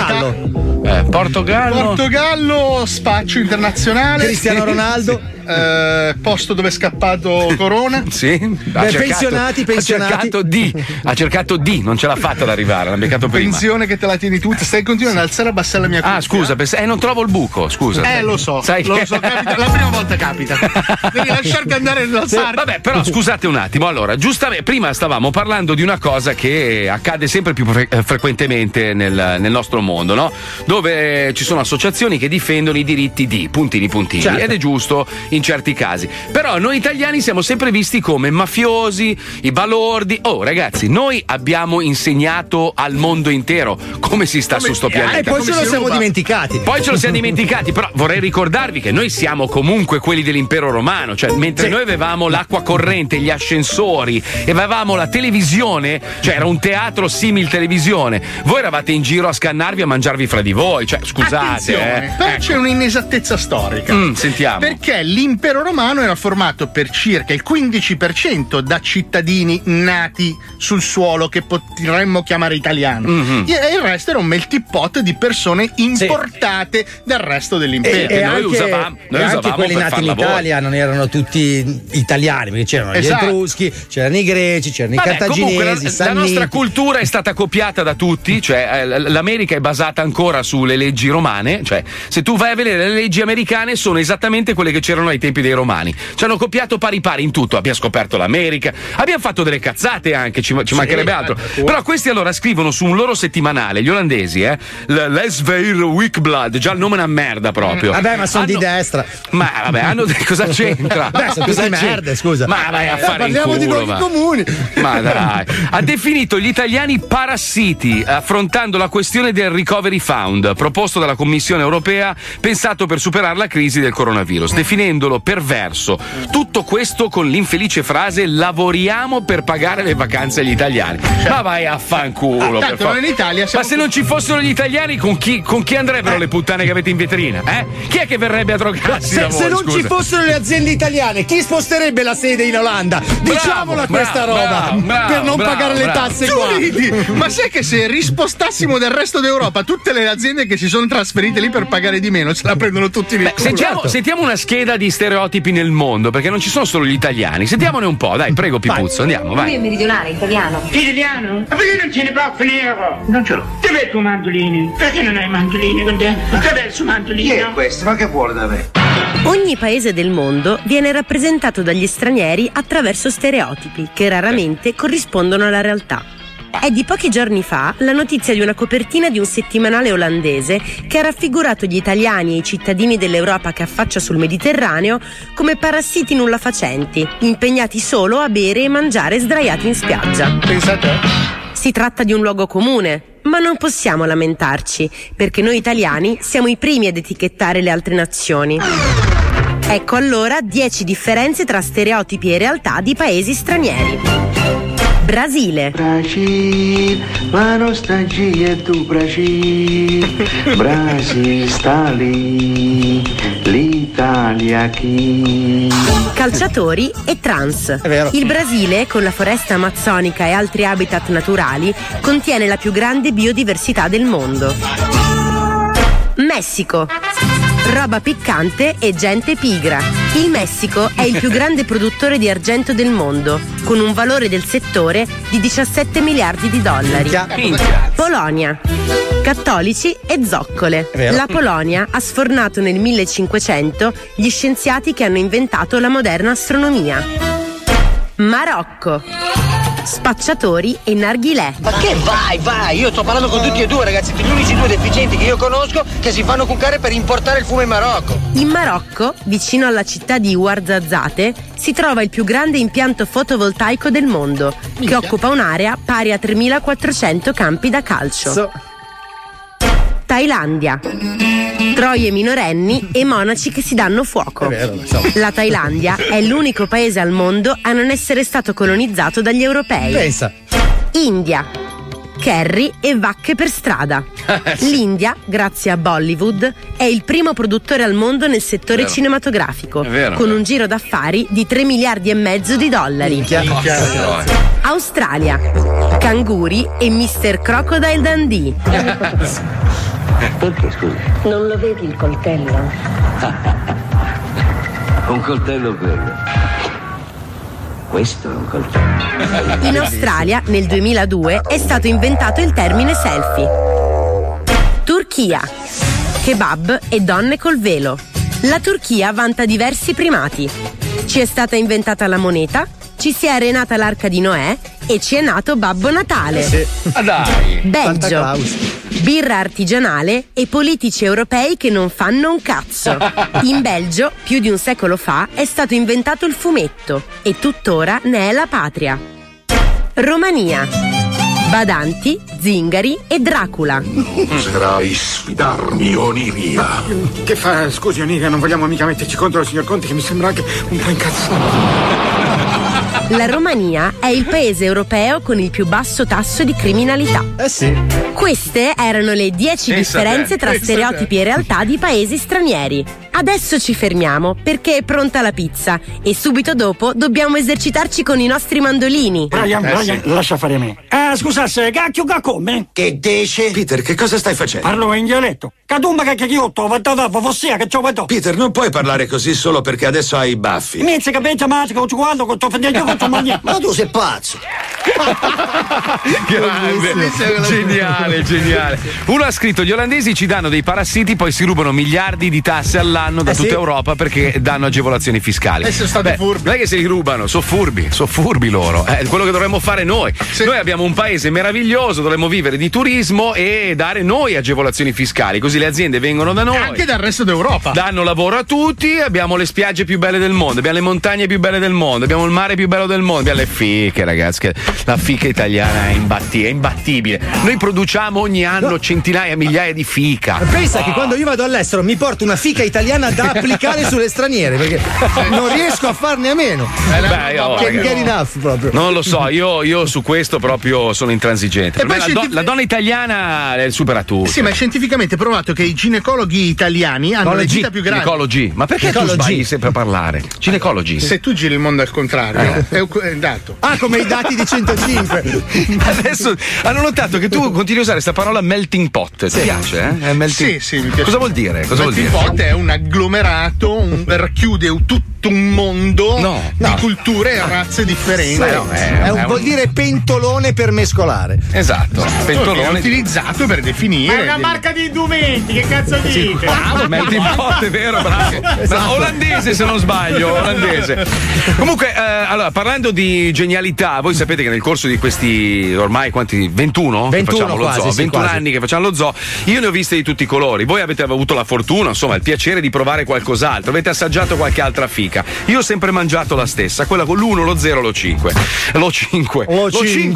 Portogallo, spaccio internazionale. Cristiano Ronaldo. Posto dove è scappato Corona. Sì. Pensionati. Ha cercato di, non ce l'ha fatta ad arrivare, l'ha beccato prima. Pensione che te la tieni tutta. Stai continuando ad alzare e abbassare la mia cuffia. Scusa, non trovo il buco, scusa. Lo so, capita, la prima volta capita. Devi lasciarti andare nell'alzare. Vabbè, però scusate un attimo. Allora, giustamente, prima stavamo parlando di una cosa che accade sempre più frequentemente nel nostro mondo, no? Dove ci sono associazioni che difendono i diritti di puntini. Certo. Ed è giusto in certi casi. Però noi italiani siamo sempre visti come mafiosi, i balordi. Oh ragazzi, noi abbiamo insegnato al mondo intero come si sta su sto pianeta. E poi ce lo siamo dimenticati. Poi ce lo siamo dimenticati, però vorrei ricordarvi che noi siamo comunque quelli dell'impero romano, cioè mentre noi avevamo l'acqua corrente, gli ascensori e avevamo la televisione, cioè era un teatro simil televisione, voi eravate in giro a scannarvi, a mangiarvi fra di voi, cioè scusate. Però c'è un'inesattezza storica. Sentiamo. Perché l'impero romano era formato per circa il 15% da cittadini nati sul suolo che potremmo chiamare italiano, e il resto era un melting pot di persone importate dal resto dell'impero. E noi usavamo anche quelli nati in Italia non erano tutti italiani, perché c'erano gli etruschi, c'erano i greci, c'erano i cartaginesi, la nostra cultura è stata copiata da tutti, cioè l'America è basata ancora sulle leggi romane, cioè se tu vai a vedere le leggi americane sono esattamente quelle che c'erano ai tempi dei romani, ci hanno copiato pari pari in tutto, abbiamo scoperto l'America, abbiamo fatto delle cazzate anche, ci mancherebbe altro, però questi allora scrivono su un loro settimanale, gli olandesi, l'Esveir Weekblad, già il nome è una merda proprio. Vabbè, ma sono di destra. Ma vabbè, cosa c'entra? Beh, sono tutti merda, scusa. Ma vai a fare parliamo in culo, di luoghi comuni. Ma dai, ha definito gli italiani parassiti, affrontando la questione del recovery fund proposto dalla Commissione europea, pensato per superare la crisi del coronavirus, definendolo perverso. Tutto questo con l'infelice frase: lavoriamo per pagare le vacanze agli italiani. Ma vai a fanculo. Tanto noi in Italia siamo... Ma se non ci fossero gli italiani, con chi andrebbero le puttane che avete in vetrina? Chi è che verrebbe a drogarsi da voi? Se non ci fossero le aziende italiane, chi sposterebbe la sede in Olanda? Diciamola questa roba per non pagare le tasse qua. Ma sai che se rispostassimo del resto d'Europa tutte le aziende che si sono trasferite lì per pagare di meno se la prendono tutti nel culo. Sentiamo una scheda di stereotipi nel mondo, perché non ci sono solo gli italiani. Sentiamone un po', dai, prego Pipuzzo, andiamo, vai. Lui è meridionale, italiano. Italiano? Ma perché non ce ne può finire? Non ce l'ho. Dov'è il tuo mandolino? Perché non hai mandolini con te? Dov'è il suo mandolino? Chi è questo? Ma che vuole da me? Ogni paese del mondo viene rappresentato dagli stranieri attraverso stereotipi che raramente corrispondono alla realtà. È di pochi giorni fa la notizia di una copertina di un settimanale olandese che ha raffigurato gli italiani e i cittadini dell'Europa che affaccia sul Mediterraneo come parassiti nulla facenti, impegnati solo a bere e mangiare sdraiati in spiaggia. Pensate? Si tratta di un luogo comune, ma non possiamo lamentarci, perché noi italiani siamo i primi ad etichettare le altre nazioni. Ecco allora 10 differenze tra stereotipi e realtà di paesi stranieri. Brasile. Brasil, la nostalgia è tu Brasil. Brasil sta lì, l'Italia chi. Calciatori e trans. Il Brasile, con la foresta amazzonica e altri habitat naturali, contiene la più grande biodiversità del mondo. Messico. Roba piccante e gente pigra. Il Messico è il più grande produttore di argento del mondo, con un valore del settore di 17 miliardi di dollari. Polonia. Cattolici e zoccole. La Polonia ha sfornato nel 1500 gli scienziati che hanno inventato la moderna astronomia. Marocco. Spacciatori e narghilè. Ma che vai, io sto parlando con tutti e due ragazzi, gli unici due deficienti che io conosco che si fanno cuccare per importare il fumo in Marocco. In Marocco, vicino alla città di Ouarzazate, si trova il più grande impianto fotovoltaico del mondo, che occupa un'area pari a 3.400 campi da calcio. Thailandia. Troie minorenni e monaci che si danno fuoco. La Thailandia è l'unico paese al mondo a non essere stato colonizzato dagli europei. Pensa. India. Curry e vacche per strada. L'India, grazie a Bollywood, è il primo produttore al mondo nel settore cinematografico, con un giro d'affari di 3 miliardi e mezzo di dollari. Australia. Canguri e Mr. Crocodile Dundee. Perché scusi? Non lo vedi il coltello? Un coltello quello. Questo è un coltello. In Australia, nel 2002, è stato inventato il termine selfie. Turchia. Kebab e donne col velo. La Turchia vanta diversi primati. Ci è stata inventata la moneta, ci si è arenata l'arca di Noè e ci è nato Babbo Natale. Dai. Belgio. birra artigianale e politici europei che non fanno un cazzo. In Belgio, più di un secolo fa, è stato inventato il fumetto e tuttora ne è la patria. Romania. Badanti, zingari e Dracula. Oserai sfidarmi, Oniria. Che fa? Scusi, Oniria, non vogliamo mica metterci contro il signor Conte, che mi sembra anche un po' incazzato. La Romania è il paese europeo con il più basso tasso di criminalità. Sì. Queste erano le 10 differenze tra stereotipi e realtà di paesi stranieri. Adesso ci fermiamo perché è pronta la pizza e subito dopo dobbiamo esercitarci con i nostri mandolini. Brian, lascia fare me. Scusa, se cacchio come? Che dici? Peter, che cosa stai facendo? Parlo in dialetto. Cadumba cacchiotto, dopo, fossia che c'ho vedo. Peter, non puoi parlare così solo perché adesso hai i baffi. Inizia che beccia magica, con quando con Ma tu sei pazzo. Grande, geniale. Uno ha scritto: gli olandesi ci danno dei parassiti, poi si rubano miliardi di tasse all'anno da tutta Europa perché danno agevolazioni fiscali. Sono stati furbi. Non è che se li rubano, sono furbi loro. È quello che dovremmo fare noi. Noi abbiamo un paese meraviglioso, dovremmo vivere di turismo e dare noi agevolazioni fiscali, così le aziende vengono da noi. Anche dal resto d'Europa. Danno lavoro a tutti, abbiamo le spiagge più belle del mondo, abbiamo le montagne più belle del mondo, abbiamo il mare più bello del mondo, abbiamo le fiche, ragazzi. La fica italiana è imbattibile. Noi produciamo ogni anno centinaia, migliaia di fica. Pensa che quando io vado all'estero mi porto una fica italiana da applicare sulle straniere perché non riesco a farne a meno. Can't get enough proprio. Non lo so, io su questo proprio sono intransigente. Per me la donna italiana supera tutto. Sì, ma è scientificamente provato che i ginecologi italiani hanno le dita più grandi. Ginecologi. Ma perché tu sbagli sempre a parlare? Ginecologi. Se tu giri il mondo al contrario, è un dato. Come i dati di 105. Adesso hanno notato che tu continui a usare questa parola melting pot. Ti piace? Sì, mi piace. Cosa vuol dire? Melting pot è un agglomerato, racchiude tutto un mondo di culture e razze differenti. Vuol dire pentolone per mescolare. Esatto. Pentolone utilizzato per definire. È una marca di indumenti, che cazzo dite? Bravo, melting pot, è vero, bravo. Esatto. Olandese, se non sbaglio, olandese. Comunque, allora, parlando di genialità, voi sapete che nel corso di questi ormai quanti? 21? 21 che facciamo quasi, lo zoo, 21 quasi. anni che facciamo lo zoo. Io ne ho viste di tutti i colori. Voi avete avuto la fortuna, insomma, il piacere di provare qualcos'altro. Avete assaggiato qualche altra fica. Io ho sempre mangiato la stessa, quella con l'1, lo 0, lo 5. Lo 5. No,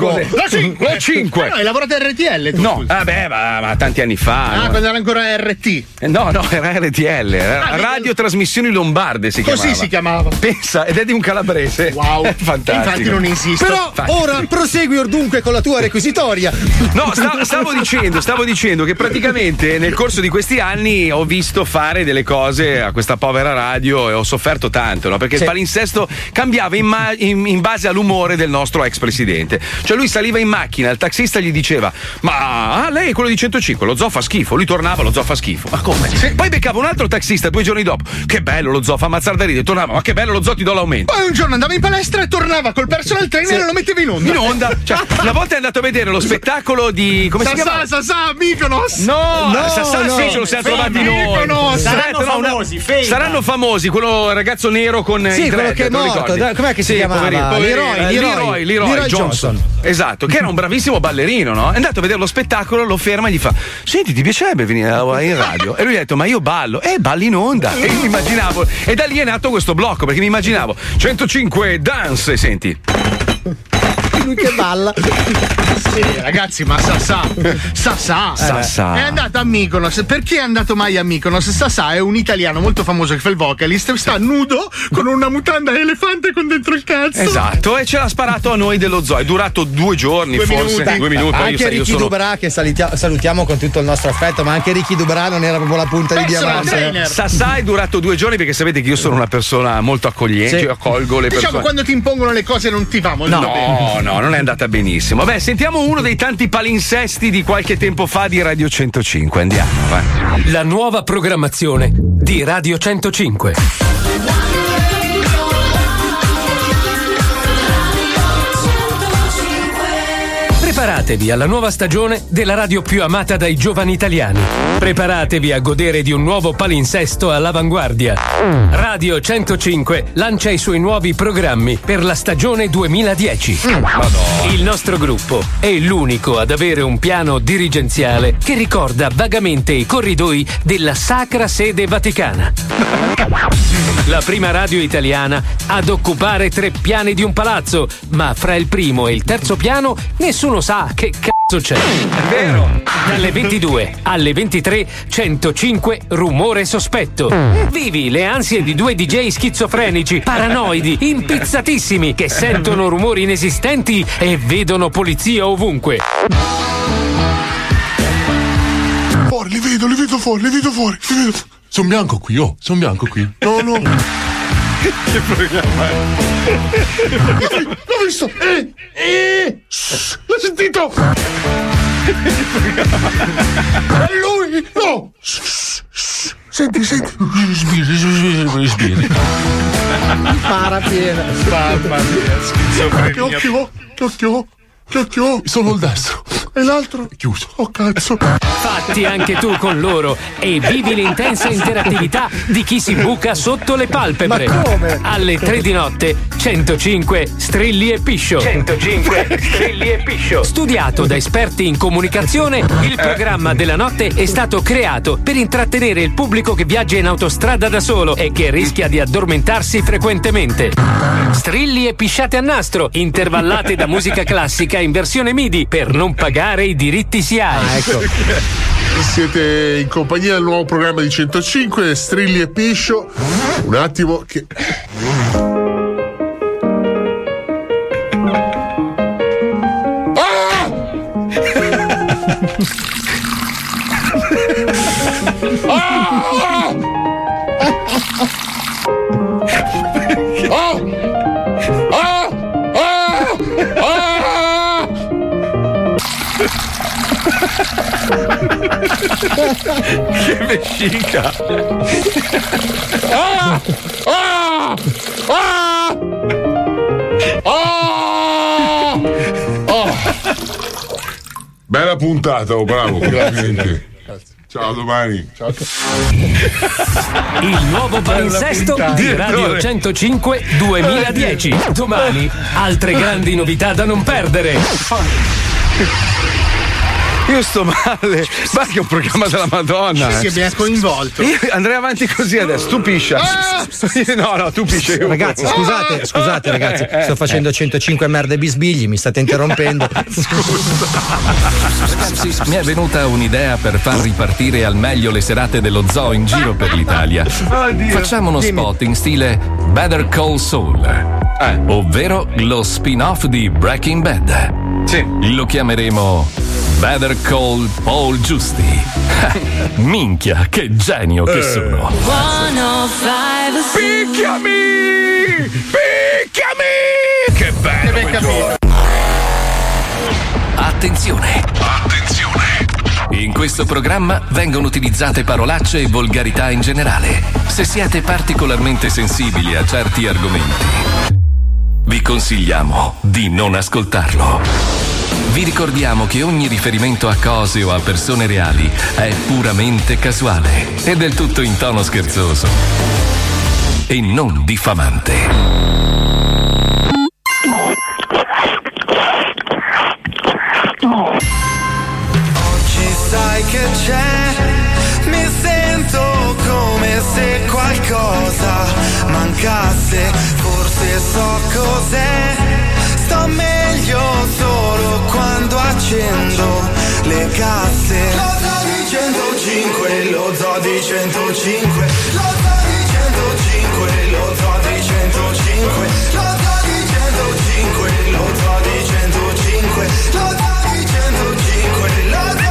hai lavorato a RTL tu? No, vabbè, ma tanti anni fa. Quando era ancora RT. No, era RTL, Radio Trasmissioni Lombarde si chiamava. Così si chiamava. Pensa, ed è di un calabrese. Wow. Fantastico. Infatti non esiste. Però ora prosegui ordunque con la tua requisitoria. No, stavo dicendo che praticamente nel corso di questi anni ho visto fare delle cose a questa povera radio e ho sofferto tanto, no? Perché il palinsesto cambiava in base all'umore del nostro ex presidente. Cioè lui saliva in macchina, il taxista gli diceva: ma lei è quello di 105, lo zoo fa schifo. Lui tornava, lo zoo fa schifo. Ma come? Poi beccava un altro taxista 2 giorni dopo: che bello lo zoo, fa ammazzare da ridere. Tornava: ma che bello lo zoo, ti do l'aumento. Poi un giorno andava in palestra e tornava col personal trainer e lo metteva in onda. Cioè, una volta è andato a vedere lo spettacolo di come si chiama? Sasà, Mykonos. No, ce lo siamo trovati noi. Saranno famosi, quello ragazzo nero con sì, quello che è morto. Com'è che si chiamava? Leroy Johnson. Esatto, che era un bravissimo ballerino, no? È andato a vedere lo spettacolo, lo ferma e gli fa: senti, ti piacerebbe venire a lavorare in radio? E lui gli ha detto: ma io ballo. Balli in onda. E io mi immaginavo. E da lì è nato questo blocco, perché mi immaginavo 105 dance, senti. Lui che balla. Sì, ragazzi, ma Sasà è andato a Mykonos. Perché è andato mai a Mykonos? Sasà è un italiano molto famoso che fa il vocalist, sta nudo con una mutanda elefante con dentro il cazzo. Esatto, e ce l'ha sparato a noi dello zoo. È durato 2 giorni, 2 minuti. Anche Ricky Dubra, che salutiamo con tutto il nostro affetto, ma anche Ricky Dubra non era proprio la punta di diamante. Sasà è durato 2 giorni, perché sapete che io sono una persona molto accogliente, io accolgo le persone. Diciamo, quando ti impongono le cose non ti va molto bene. No, non è andata benissimo. Vabbè, sentiamo uno dei tanti palinsesti di qualche tempo fa di Radio 105. Andiamo, vai. La nuova programmazione di Radio 105. Preparatevi alla nuova stagione della radio più amata dai giovani italiani. Preparatevi a godere di un nuovo palinsesto all'avanguardia. Radio 105 lancia i suoi nuovi programmi per la stagione 2010. Il nostro gruppo è l'unico ad avere un piano dirigenziale che ricorda vagamente i corridoi della Sacra Sede Vaticana. La prima radio italiana ad occupare 3 piani di un palazzo, ma fra il primo e il terzo piano nessuno sa che cazzo c'è. È vero. Dalle 22 alle 23 105 rumore sospetto. Vivi le ansie di 2 DJ schizofrenici, paranoidi, impizzatissimi che sentono rumori inesistenti e vedono polizia ovunque. Fuori, li vedo fuori. Sono bianco qui, No. Che programma è? L'ho visto! L'ho sentito! È lui! No! Senti! Respiri. Para piena. Mamma mia, schizofrenia. Che occhio? Solo il destro. E l'altro? È chiuso. Oh cazzo. Fatti anche tu con loro e vivi l'intensa interattività di chi si buca sotto le palpebre. Ma come? Alle 3 di notte 105 Strilli e Piscio. Studiato da esperti in comunicazione, il programma della notte è stato creato per intrattenere il pubblico che viaggia in autostrada da solo e che rischia di addormentarsi frequentemente. Strilli e pisciate a nastro, intervallate da musica classica in versione MIDI per non pagare i diritti SIAE. Ecco. Siete in compagnia del nuovo programma di 105 Strilli e Piscio. Un attimo che Che vescica! Bella puntata, bravo, veramente. Ciao, domani. Ciao. Il nuovo palinsesto di Radio 105 2010. Domani altre grandi novità da non perdere. Io sto male, ma che è un programma della Madonna. Sì, mi ha coinvolto. Io andrei avanti così adesso, tu piscia. No, tu piscia. Ragazzi, scusate ragazzi, sto facendo 105 merde bisbigli, mi state interrompendo. Ragazzi, mi è venuta un'idea per far ripartire al meglio le serate dello zoo in giro per l'Italia. Facciamo uno spot in stile Better Call Saul, ovvero lo spin-off di Breaking Bad. Sì. Lo chiameremo Better Call Paul Giusti. Minchia, che genio che sono. Picchiami! Che bello! Attenzione! In questo programma vengono utilizzate parolacce e volgarità in generale. Se siete particolarmente sensibili a certi argomenti, vi consigliamo di non ascoltarlo. Vi ricordiamo che ogni riferimento a cose o a persone reali è puramente casuale e del tutto in tono scherzoso e non diffamante. Oggi sai che c'è, mi sento come se qualcosa mancasse, forse so cos'è, sto meglio solo quando accendo le casse. Lo zoo di 105, lo zoo di 105, lo zoo di 105, lo zoo di 105, lo zoo di 105, lo zoo di 105, lo zoo di 105, lo zoo.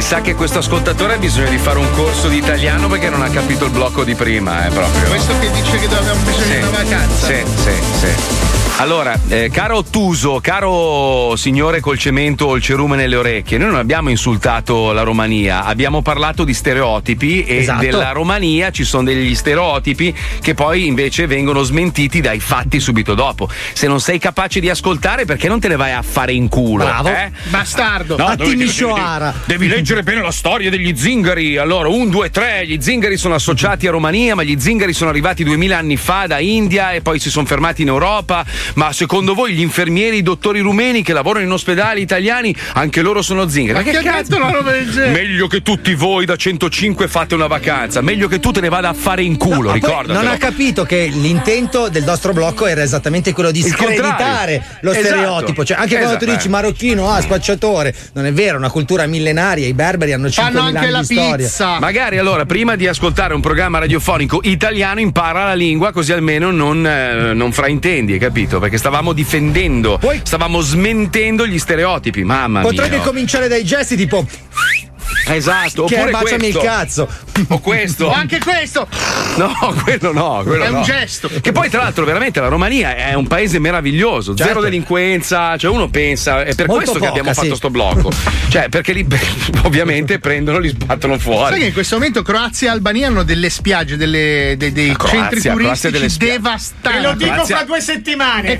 sa che questo ascoltatore ha bisogno di fare un corso di italiano perché non ha capito il blocco di prima, proprio. Questo che dice che abbiamo bisogno di una vacanza. Sì. Allora, caro Ottuso, caro signore col cemento o il cerume nelle orecchie, noi non abbiamo insultato la Romania, abbiamo parlato di stereotipi e della Romania ci sono degli stereotipi che poi invece vengono smentiti dai fatti subito dopo. Se non sei capace di ascoltare, perché non te ne vai a fare in culo? Bravo, bastardo. No, devi leggere bene la storia degli zingari. Allora, 1, 2, 3, gli zingari sono associati a Romania, ma gli zingari sono arrivati 2000 anni fa da India e poi si sono fermati in Europa. Ma secondo voi gli infermieri, i dottori rumeni che lavorano in ospedali italiani, anche loro sono zingari? Ma che cazzo una roba del genere? Meglio che tutti voi da 105 fate una vacanza, meglio che tu te ne vada a fare in culo, ricordatelo. Non ha capito che l'intento del nostro blocco era esattamente quello di screditare lo stereotipo. Cioè, anche quando tu dici marocchino, spacciatore, non è vero, è una cultura millenaria, i berberi hanno 5.000 anni di storia. Magari allora, prima di ascoltare un programma radiofonico italiano, impara la lingua, così almeno non fraintendi, hai capito? Perché stavamo difendendo, stavamo smentendo gli stereotipi. Mamma mia. Potrei cominciare dai gesti tipo. Esatto, che oppure baciami questo. il cazzo. O questo. O anche questo. No, quello no. È un gesto. Che poi, tra l'altro, veramente la Romania è un paese meraviglioso. Zero delinquenza. Cioè, uno pensa. È per molto questo che abbiamo fatto sto blocco. Cioè, perché lì ovviamente prendono, li sbattono fuori. Sai che in questo momento Croazia e Albania hanno delle spiagge, dei centri turistici devastanti. E lo dico fra 2 settimane.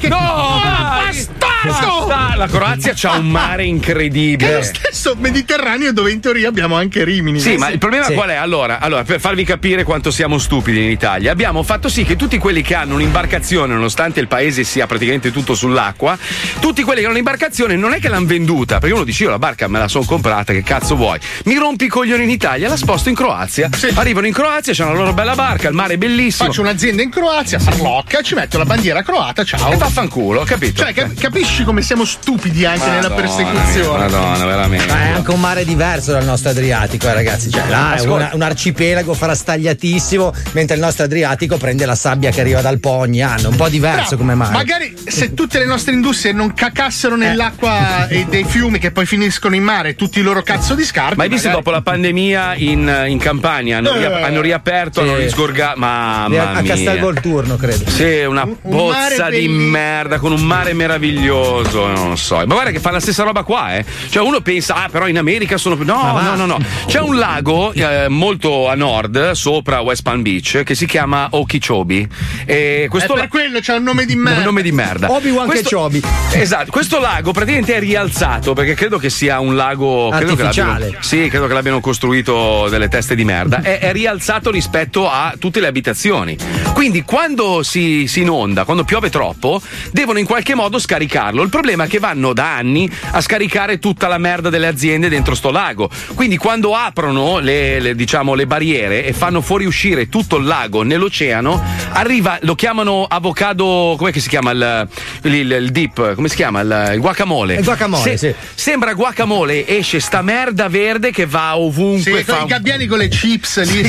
Bastardo! La Croazia c'ha un mare incredibile. È lo stesso Mediterraneo dove in teoria abbiamo anche Rimini. Sì, ma il problema qual è? Allora, per farvi capire quanto siamo stupidi in Italia, abbiamo fatto sì che tutti quelli che hanno un'imbarcazione, nonostante il paese sia praticamente tutto sull'acqua, tutti quelli che hanno un'imbarcazione non è che l'hanno venduta, perché uno dice io la barca me la sono comprata, che cazzo vuoi? Mi rompi i coglioni in Italia, la sposto in Croazia. Sì. Arrivano in Croazia, c'hanno la loro bella barca, il mare è bellissimo. Faccio un'azienda in Croazia, Sarlocca, ci metto la bandiera croata, ciao. E vaffanculo, capito? Cioè, capisci come siamo stupidi anche nella persecuzione. Madonna, veramente. Ma è anche un mare diverso dal nostro Adriatico, ragazzi. Cioè, là è un arcipelago frastagliatissimo, mentre il nostro Adriatico prende la sabbia che arriva dal Po ogni anno. Un po' diverso come mare. Magari se tutte le nostre industrie non cacassero nell'acqua e dei fiumi che poi finiscono in mare tutti i loro cazzo di scarpe. Ma hai visto dopo la pandemia in Campania hanno riaperto, hanno risgorgato. Mamma mia. A Castel Volturno, credo. Sì, una pozza di merda con un mare meraviglioso. Non lo so. Ma guarda che fa la stessa roba qua, Cioè uno pensa, però in America sono. No. C'è un lago molto a nord, sopra West Palm Beach, che si chiama Okeechobee. E questo per quello c'ha un nome di merda. Un nome di merda. Obi-Wan Kechobi. Esatto. Questo lago praticamente è rialzato perché credo che sia un lago artificiale. Credo che l'abbiano costruito delle teste di merda. È rialzato rispetto a tutte le abitazioni. Quindi quando si inonda, quando piove troppo, devono in qualche modo scaricarlo. Il problema è che vanno da anni a scaricare tutta la merda delle aziende dentro sto lago. Quindi quando aprono le barriere e fanno fuoriuscire tutto il lago nell'oceano, arriva, lo chiamano avocado, com'è che si chiama il dip, come si chiama? Il guacamole. Il guacamole, sì. Sembra guacamole, esce sta merda verde che va ovunque. Sì, i gabbiani con le chips lì.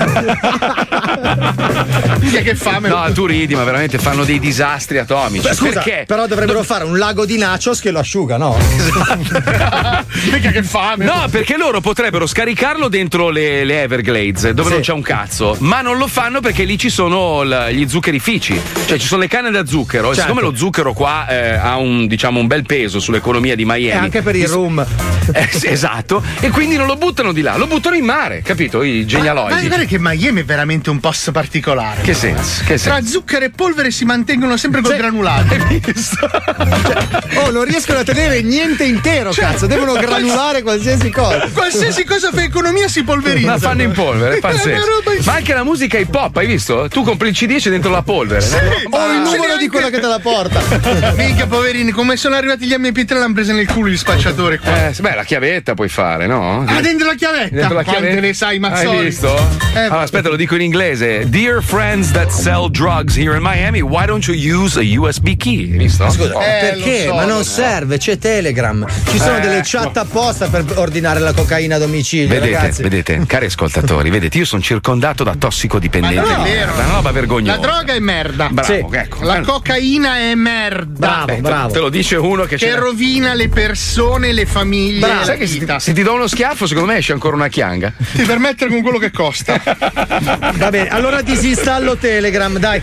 Che fame. No, tu ridi, ma veramente fanno dei disastri atomici. Beh, scusa, perché? Però dovrebbero fare un lago di nachos che lo asciuga, no? Esatto. Mica che fame. No, perché loro potrebbero scaricarlo dentro le Everglades, dove non c'è un cazzo, ma non lo fanno perché lì ci sono gli zuccherifici, cioè ci sono le canne da zucchero. E siccome lo zucchero qua ha un bel peso sull'economia di Miami. E anche per il rum. Esatto. E quindi non lo buttano di là, lo buttano in mare, capito? I genialoidi. Ma è vero che Miami è veramente un posto particolare. Che senso? Tra zucchero e polvere si mantengono sempre col granulato. Hai visto? Non riescono a tenere niente intero, cazzo. Devono granulare qualsiasi cosa. Qualsiasi cosa fa economia si polverizza. La fanno in polvere, è pazzesco. Ma anche la musica hip hop, hai visto? Tu compri il CD e c'è dentro la polvere. Sì, o il numero di quella che te la porta. Minchia, poverini, come sono arrivati gli MP3 l'hanno presa nel culo gli spacciatori qua. Beh, la chiavetta puoi fare, no? Dentro la chiavetta. Dentro la Quante ne sai, Mazzoli? Hai visto? Allora, aspetta, lo dico in inglese. Dear friends that sell drugs here in Miami, why don't you use a USB key? Hai visto? Scusa, perché? Ma non serve, c'è Telegram. Ci sono delle chat apposta per ordinare la cocaina cocaina a domicilio. Vedete, cari ascoltatori, vedete, io sono circondato da tossicodipendenti. Ma non è vero. Una roba vergognosa. La droga è merda. Bravo, ecco. La cocaina è merda. Bravo. Te lo dice uno che rovina le persone, le famiglie. Sai che se ti do uno schiaffo, secondo me esce ancora una chianga. Ti permettere con quello che costa. Va bene, allora disinstallo Telegram, dai.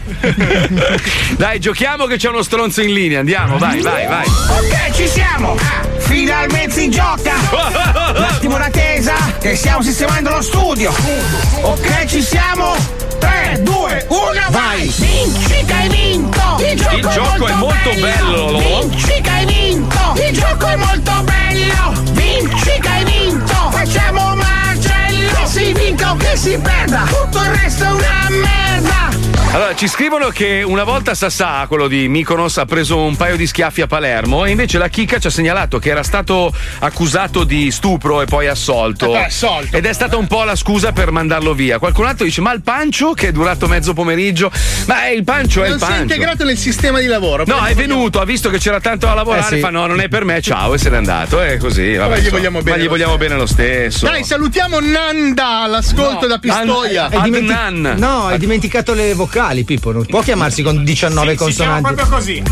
Dai, giochiamo che c'è uno stronzo in linea. Andiamo, vai. Ok, ci siamo! Finalmente si gioca! Un attimo d'attesa, che stiamo sistemando lo studio! Ok, ci siamo! 3, 2, 1, vai! Vinci che hai vinto! Il gioco è molto bello! Vinci che hai vinto! Il gioco è molto bello! Vinci che hai vinto! Facciamo macello! Che si vinca o che si perda! Tutto il resto è una merda! Allora, ci scrivono che una volta Sassà, quello di Mykonos, ha preso un paio di schiaffi a Palermo e invece la chicca ci ha segnalato che era stato accusato di stupro e poi assolto. Ed è stata un po' la scusa per mandarlo via. Qualcun altro dice, ma il Pancio, che è durato mezzo pomeriggio, ma il Pancio è il Pancio. Non si è integrato nel sistema di lavoro. No, è venuto, ha visto che c'era tanto da lavorare, fa no, non è per me, ciao, e se n'è andato. E così, vabbè. Ma gli vogliamo bene. Ma gli vogliamo bene lo stesso. Dai, salutiamo Nanda, l'ascolto da Pistoia. Hai dimenticato le vocali, Pippo, non può chiamarsi con 19 consonanti. Proprio così.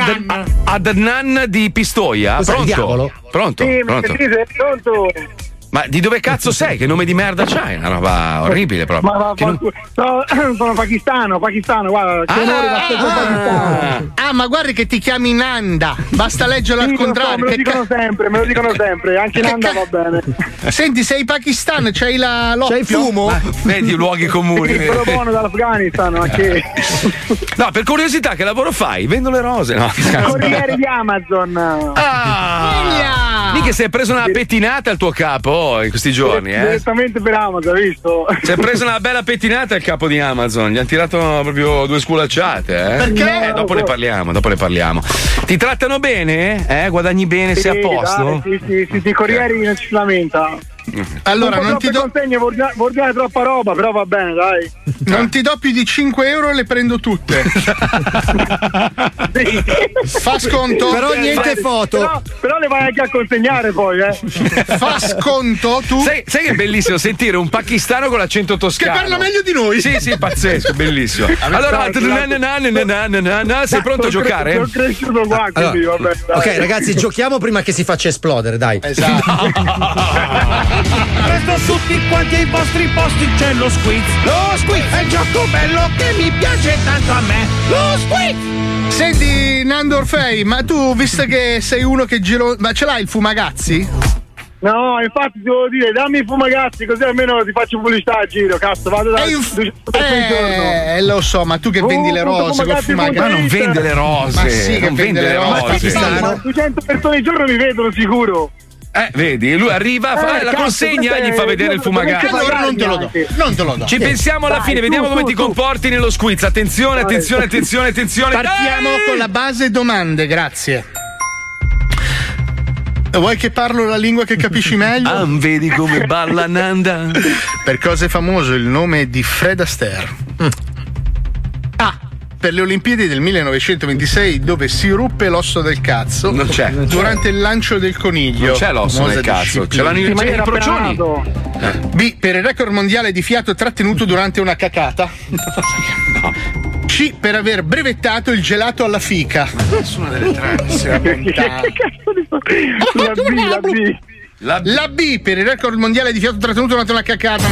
Adnan di Pistoia. Cos'è, Pronto? il diavolo? Pronto? Sì, Pronto? pronto. Ma di dove cazzo sei? Che nome di merda c'hai? Una roba orribile proprio. Sono pakistano, guarda, che onore da essere pakistano. Ma guardi che ti chiami Nanda, basta leggerlo al contrario. Me lo dicono sempre, anche Nanda va bene. Senti, sei pakistano, c'hai l'oppio? C'hai il fumo? Vedi i luoghi comuni. Quello buono dall'Afghanistan, anche. No, per curiosità, che lavoro fai? Vendo le rose, no? Corriere di Amazon. Mica si è preso una pettinata al tuo capo in questi giorni, Direttamente per Amazon, hai visto? Si è preso una bella pettinata al capo di Amazon, gli hanno tirato proprio 2 sculacciate, Perché? Dopo le parliamo. Ti trattano bene? Guadagni bene, sei a posto? Sì, Corrieri non ci lamenta. Allora, non ti do consegne, vuol dire troppa roba, però va bene, dai. Non ti do più di 5 euro e le prendo tutte. Fa sconto. Però niente foto. Però le vai anche a consegnare poi, Fa sconto tu. Sai che è bellissimo sentire un pakistano con l'accento toscano. Che parla meglio di noi. Sì, pazzesco, bellissimo. Allora, sei pronto a giocare? Sono cresciuto qua, quindi vabbè. Dai. Ok, ragazzi, giochiamo prima che si faccia esplodere, dai. Esatto. Presto tutti quanti ai vostri posti c'è lo squiz. Lo squiz è il gioco bello che mi piace tanto a me. Lo squiz. Senti, Nando Orfei, ma tu, visto che sei uno che giro. Ma ce l'hai il Fumagazzi? No, infatti ti volevo dire, dammi i Fumagazzi così almeno ti faccio pubblicità a giro, cazzo, vado da lo so, ma tu che vendi le rose col Fumagazzi. Ma non vende le rose. Ma sì, che vende le rose. Ma 200 persone al giorno mi vedono sicuro. Vedi, lui arriva, fa la consegna e gli fa vedere il Fumagazzi. Allora non te lo do. Ci pensiamo alla fine, vediamo come ti comporti nello squiz. Attenzione. Partiamo con la base domande, grazie. Vuoi che parlo la lingua che capisci meglio? Vedi come balla Nanda. Per cosa è famoso il nome di Fred Astaire? Per le Olimpiadi del 1926, dove si ruppe l'osso del cazzo. Non c'è. Durante il lancio del coniglio. Non c'è l'osso del cazzo. Ce l'hanno i procioni. B. Per il record mondiale di fiato trattenuto durante una cacata. No. C. Per aver brevettato il gelato alla fica. Nessuna delle tre. La B. Per il record mondiale di fiato trattenuto durante una cacata.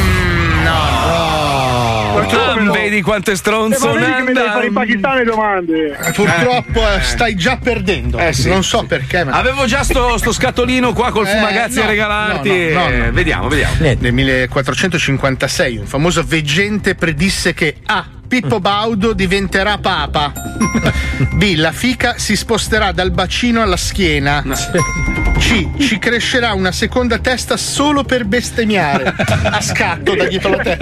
Vedi quanto è stronzo Nanda. Fare in pakistane domande. Purtroppo stai già perdendo. Sì, non so perché. Ma... Avevo già sto scatolino qua col Fumagazzi a regalarti. No. Vediamo. Nel 1456 un famoso veggente predisse che Pippo Baudo diventerà papa. B. La fica si sposterà dal bacino alla schiena. C. Ci crescerà una seconda testa solo per bestemmiare. A scatto da dietro la testa.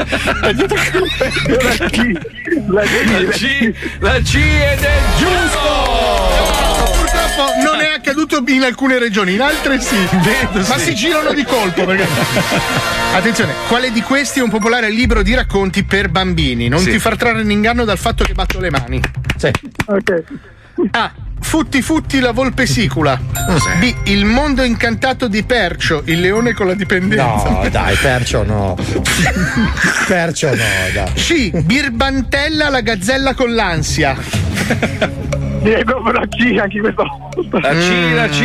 La C ed è giusto! Purtroppo non è accaduto in alcune regioni, in altre sì. Ma si girano di colpo perché... Attenzione, quale di questi è un popolare libro di racconti per bambini? Non ti far trarre in inganno dal fatto che batto le mani. Sì. Ok. A. Futti Futti la volpe sicula. B. Il mondo incantato di Percio, il leone con la dipendenza. No, dai, Percio no. Percio no, dai. C. Birbantella la gazzella con l'ansia. Diego, però C anche questa volta. La C.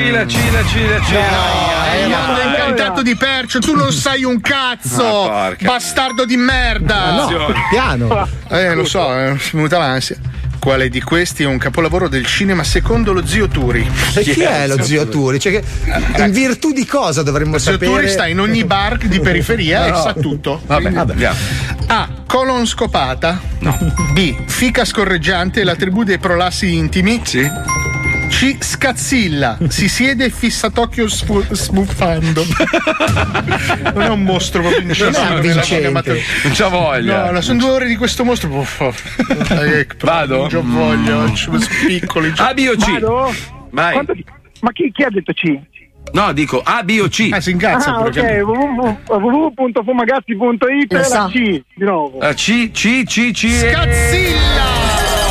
Il mondo incantato di Percio, tu non sai un cazzo! Bastardo di merda! No, piano. Lo so, mi è venuta l'ansia. Quale di questi è un capolavoro del cinema secondo lo zio Turi? E chi è lo zio Turi? Cioè, in virtù di cosa dovremmo sapere? Lo zio Turi sta in ogni bar di periferia e sa tutto. Vabbè. A. Colon scopata. No. B. Fica scorreggiante, la tribù dei prolassi intimi. Sì. C. Scazzilla, si siede fissatocchio sbuffando. Non è un mostro proprio non c'ha voglia. No, sono 2 ore di questo mostro. Vado? Non c'ho voglia, piccoli. A, B o C? Vado? Vai. Ma chi ha detto C? No, dico A, B o C. Si incazza. Ok, www.fumagazzi.it e la C di nuovo. La C. Scazzilla!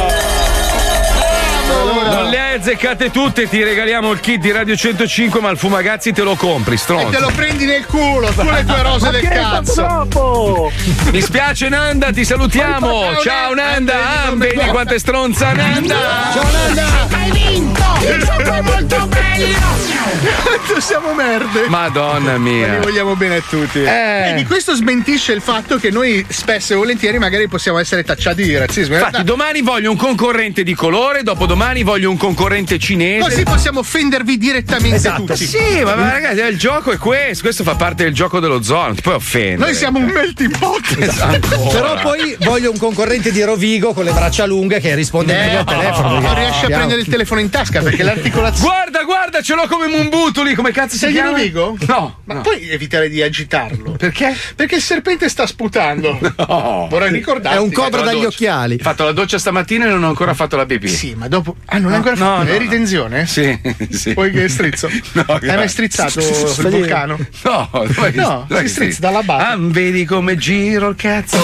Non le hai azzeccate tutte, ti regaliamo il kit di Radio 105, ma il Fumagazzi te lo compri, stronzo. E te lo prendi nel culo, tu le tue rose del cazzo. Mi spiace Nanda, ti salutiamo. Ciao Nanda, vedi quante stronza Nanda. Ciao Nanda. Hai vinto! Sei molto bello! Siamo merde. Madonna mia. Ma li vogliamo bene a tutti. Vedi, questo smentisce il fatto che noi spesso e volentieri magari possiamo essere tacciati di razzismo. Infatti domani voglio un concorrente di colore, dopodomani voglio un concorrente cinese. Così possiamo offendervi direttamente tutti. Sì, ma ragazzi, il gioco è questo fa parte del gioco dello zoo, non ti puoi offendere. Noi siamo un melting pot. Però poi voglio un concorrente di Rovigo con le braccia lunghe che risponde meglio al telefono. Non riesci a prendere il telefono in tasca perché l'articolazione. Guarda, ce l'ho come Mumbutuli, come cazzo si chiama? Sei di Rovigo? No. Ma puoi evitare di agitarlo? Perché? Perché il serpente sta sputando. No. Vorrei ricordarti. È un cobra dagli occhiali. Ho fatto la doccia stamattina e non ho ancora fatto la pipì. Sì, ma dopo. Non hai ancora fatto? È ritenzione? Sì. Poi che strizzo? No, hai mai strizzato il vulcano? No, si strizza dalla base. Vedi come giro il cazzo.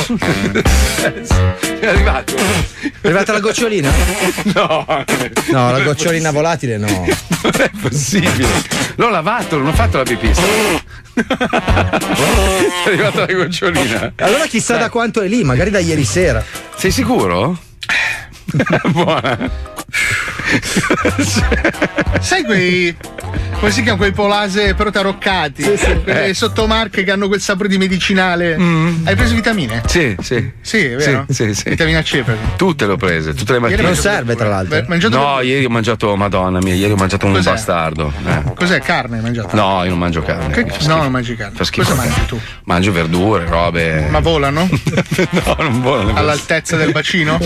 È arrivato. È arrivata la gocciolina? No, la gocciolina volatile no. Non è possibile. L'ho lavato, non ho fatto la pipì. È arrivata la gocciolina. Allora chissà da quanto è lì, magari da ieri sera. Sei sicuro? Buona. Sai quei. Come si chiama quei polase però taroccati? Quelle sottomarche che hanno quel sapore di medicinale. Hai preso vitamine? Sì. Sì, è vero? Sì. Vitamina C per tutte le ho prese, tutte le mattine. Non serve tra l'altro. No, ieri ho mangiato, madonna mia, ieri ho mangiato un bastardo. Cos'è? Carne hai mangiato? No, io non mangio carne. No, non mangi carne. Cosa mangi tu? Mangio verdure, robe. Ma volano? No, non volano. All'altezza del bacino?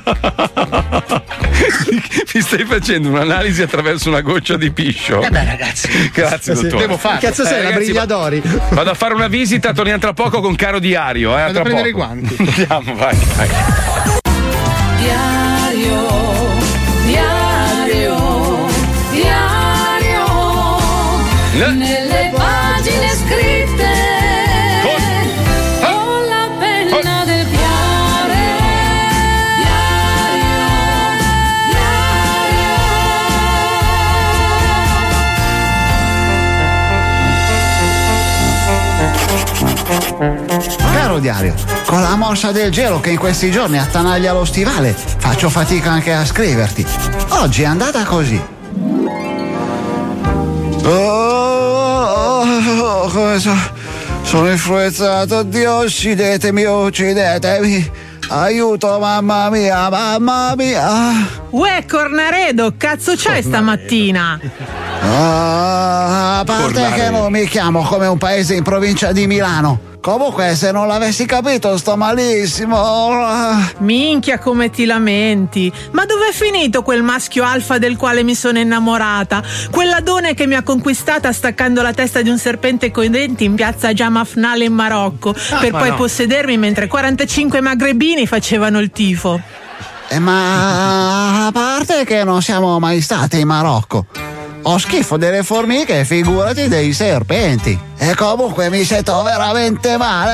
Mi stai facendo un'analisi attraverso una goccia di piscio? Ragazzi, grazie dottore. Devo fare. Cazzo sei, la Brigliadori? Vado a fare una visita, torniamo tra poco con caro Diario. Vado a prendere i guanti. Andiamo, vai. Diario. Nelle pagine scritte con la penna del piare. Caro Diario, con la morsa del gelo che in questi giorni attanaglia lo stivale, faccio fatica anche a scriverti. Oggi è andata così. Come sono influenzato, Dio, uccidetemi. Aiuto, mamma mia. Uè, Cornaredo, cazzo c'hai stamattina? A parte che non mi chiamo come un paese in provincia di Milano. Comunque, se non l'avessi capito, sto malissimo. Minchia, come ti lamenti. Ma dov'è finito quel maschio alfa del quale mi sono innamorata? Quell'adone che mi ha conquistata staccando la testa di un serpente coi denti in piazza Jamafnale in Marocco, per poi possedermi mentre 45 magrebini facevano il tifo. Ma a parte che non siamo mai stati in Marocco, ho schifo delle formiche, figurati dei serpenti. E comunque mi sento veramente male.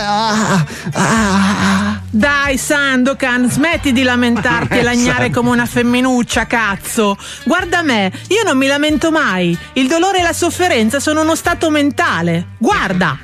Dai Sandokan, smetti di lamentarti e lagnare come una femminuccia, cazzo. Guarda me, io non mi lamento mai. Il dolore e la sofferenza sono uno stato mentale. Guarda.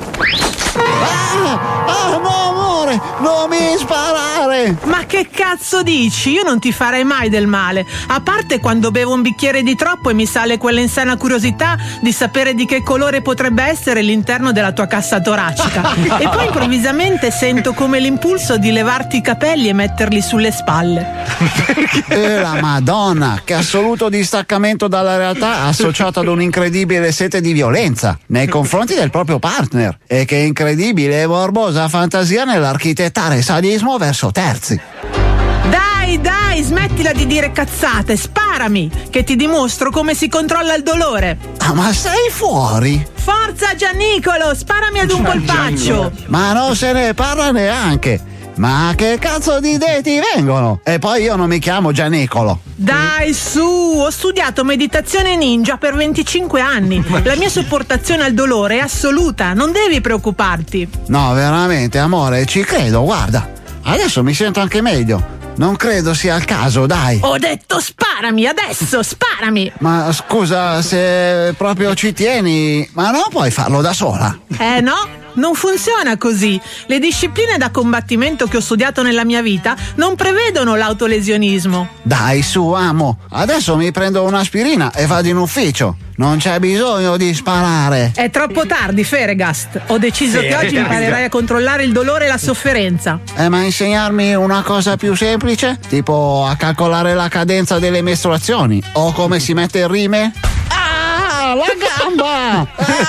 No amore, non mi sparare. Ma che cazzo dici? Io non ti farei mai del male. A parte quando bevo un bicchiere di troppo e mi sale quella insana curiosità di sapere di che colore potrebbe essere l'interno della tua cassa toracica. E poi improvvisamente sento come l'impulso di levarti i capelli e metterli sulle spalle. La Madonna, che assoluto distaccamento dalla realtà associato ad un'incredibile sete di violenza nei confronti del proprio partner. E che incredibile e morbosa fantasia nell'architettare sadismo verso terzi. Dai, smettila di dire cazzate, sparami, che ti dimostro come si controlla il dolore. Ma sei fuori? Forza Giannicolo, sparami ad un colpaccio. Ma non se ne parla neanche. Ma che cazzo di idee ti vengono? E poi io non mi chiamo Giannicolo. Dai su, ho studiato meditazione ninja per 25 anni. La mia sopportazione al dolore è assoluta, non devi preoccuparti. No, veramente, amore, ci credo, guarda. Adesso mi sento anche meglio. Non credo sia il caso, dai. Ho detto sparami, adesso, sparami. Ma scusa, se proprio ci tieni, ma non puoi farlo da sola? No? Non funziona così. Le discipline da combattimento che ho studiato nella mia vita non prevedono l'autolesionismo. Dai su, amo. Adesso mi prendo un'aspirina e vado in ufficio. Non c'è bisogno di sparare. È troppo tardi, Feregast. Ho deciso che oggi imparerai a controllare il dolore e la sofferenza. Ma insegnarmi una cosa più semplice? Tipo a calcolare la cadenza delle mestruazioni? O come si mette il rime? La gamba!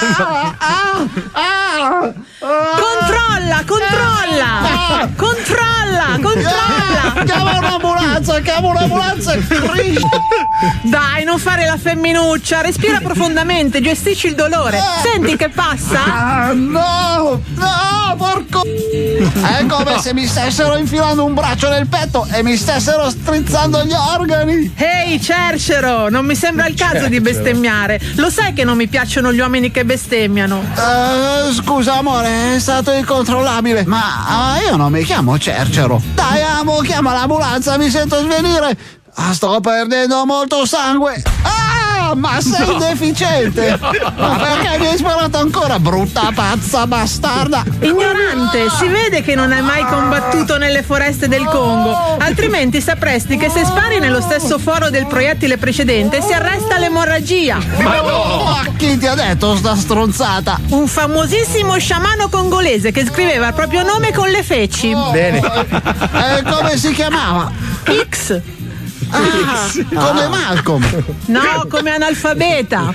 Controlla! Chiamo un'ambulanza! Dai, non fare la femminuccia, respira profondamente, gestisci il dolore. Senti che passa? No, porco! È come se mi stessero infilando un braccio nel petto e mi stessero strizzando gli organi. Ehi, Cercero, non mi sembra il caso di bestemmiare. Lo sai che non mi piacciono gli uomini che bestemmiano. Scusa amore, è stato incontrollabile. Ma io non mi chiamo Cercero. Dai amo, chiama l'ambulanza, mi sento svenire. Sto perdendo molto sangue. Ma sei deficiente. Ma perché mi hai sparato ancora, brutta pazza bastarda? Ignorante, si vede che non hai mai combattuto nelle foreste del Congo. Altrimenti sapresti che se spari nello stesso foro del proiettile precedente si arresta l'emorragia. Ma chi ti ha detto sta stronzata? Un famosissimo sciamano congolese che scriveva il proprio nome con le feci. Bene. Come si chiamava? X. Come Malcolm. No, come analfabeta.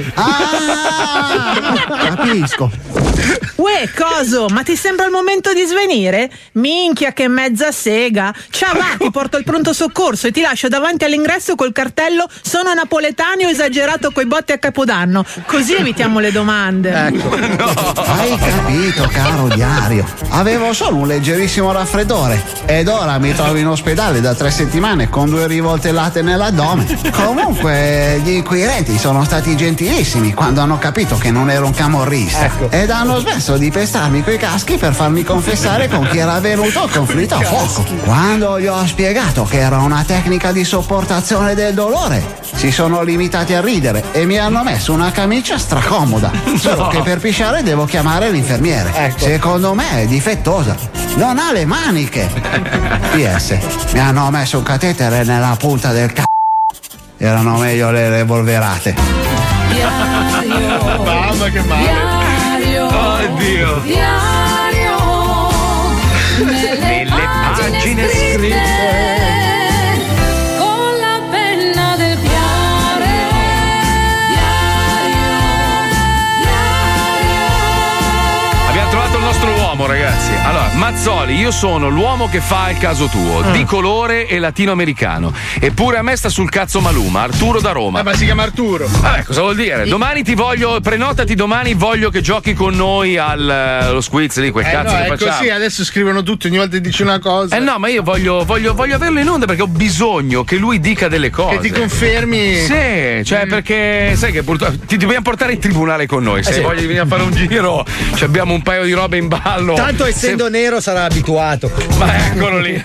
Capisco. Uè, coso, ma ti sembra il momento di svenire? Minchia, che mezza sega. Ciao, va, ti porto al pronto soccorso e ti lascio davanti all'ingresso col cartello "Sono napoletani, ho esagerato coi botti a Capodanno". Così evitiamo le domande. Ecco. No. Hai capito, caro diario. Avevo solo un leggerissimo raffreddore ed ora mi trovo in ospedale da 3 settimane con 2 rivoltellate nell'addome. Comunque gli inquirenti sono stati gentilissimi quando hanno capito che non ero un camorrista, ed hanno smesso di pestarmi coi caschi per farmi confessare con chi era venuto il conflitto a fuoco. Quando gli ho spiegato che era una tecnica di sopportazione del dolore, si sono limitati a ridere e mi hanno messo una camicia stracomoda, solo che per pisciare devo chiamare l'infermiere. Secondo me è difettosa, non ha le maniche. PS, mi hanno messo un catetere nella punta del erano meglio le revolverate. Mamma che male. Oddio. Nelle pagine scritte. Con la penna del cuore. Abbiamo trovato il nostro uomo. l'uomo, ragazzi. Allora, Mazzoli, io sono l'uomo che fa il caso tuo, di colore e latinoamericano. Eppure a me sta sul cazzo Maluma, Arturo da Roma. Ma si chiama Arturo. Vabbè, cosa vuol dire? Domani ti voglio, prenotati domani, voglio che giochi con noi allo squiz lì, quel cazzo che facciamo. Così adesso scrivono tutto, ogni volta dici una cosa. No, ma io voglio averlo in onda perché ho bisogno che lui dica delle cose. Che ti confermi? Sì, cioè perché sai che purtroppo ti dobbiamo portare in tribunale con noi. Se sì. voglio venire a fare un giro, abbiamo un paio di robe in ballo. Tanto essendo nero sarà abituato. Ma eccolo lì,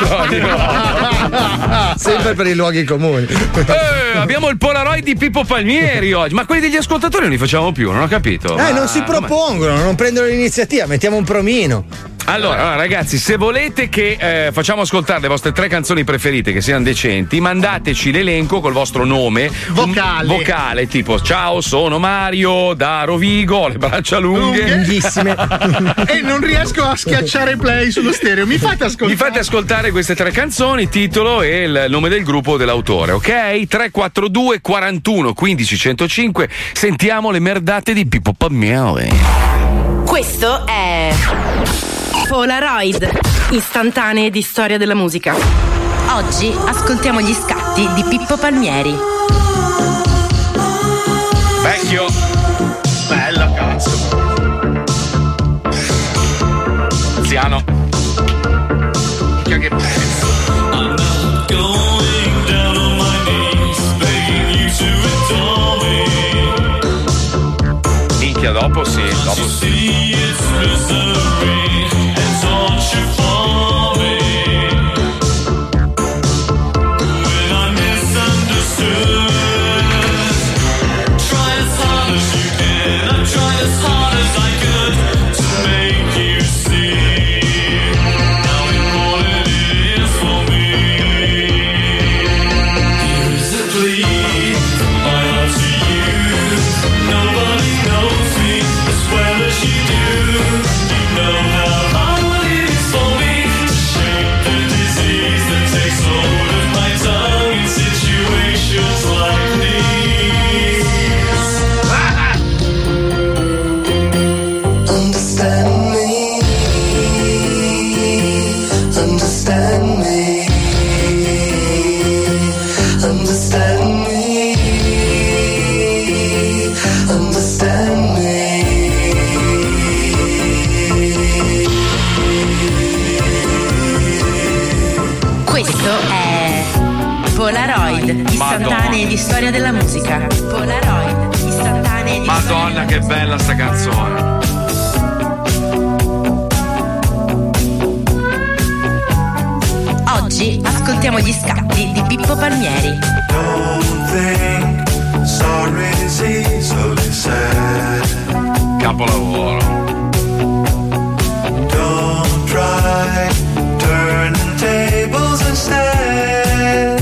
sempre per i luoghi comuni. Abbiamo il Polaroid di Pippo Palmieri oggi, ma quelli degli ascoltatori non li facciamo più, non ho capito. Non si propongono, non prendono l'iniziativa, mettiamo un promino. Allora, ragazzi, se volete che facciamo ascoltare le vostre 3 canzoni preferite che siano decenti, mandateci l'elenco col vostro nome vocale, tipo ciao, sono Mario da Rovigo, ho le braccia lunghissime e non riesco a schiacciare play sullo stereo. Mi fate ascoltare queste 3 canzoni, titolo e il nome del gruppo o dell'autore, ok? 342 41 15 105. Sentiamo le merdate di Pippo Palmieri. Questo è Polaroid, istantanee di storia della musica. Oggi ascoltiamo gli scatti di Pippo Palmieri. Vecchio. Bella cazzo. Anziano. Che pezzo. Minchia, dopo sì. Polaroid, istantanee di storia della musica. Polaroid, istantanee di Madonna, che bella sta canzone. Oggi ascoltiamo gli scatti di Pippo Palmieri. Capolavoro. Don't try turning tables instead.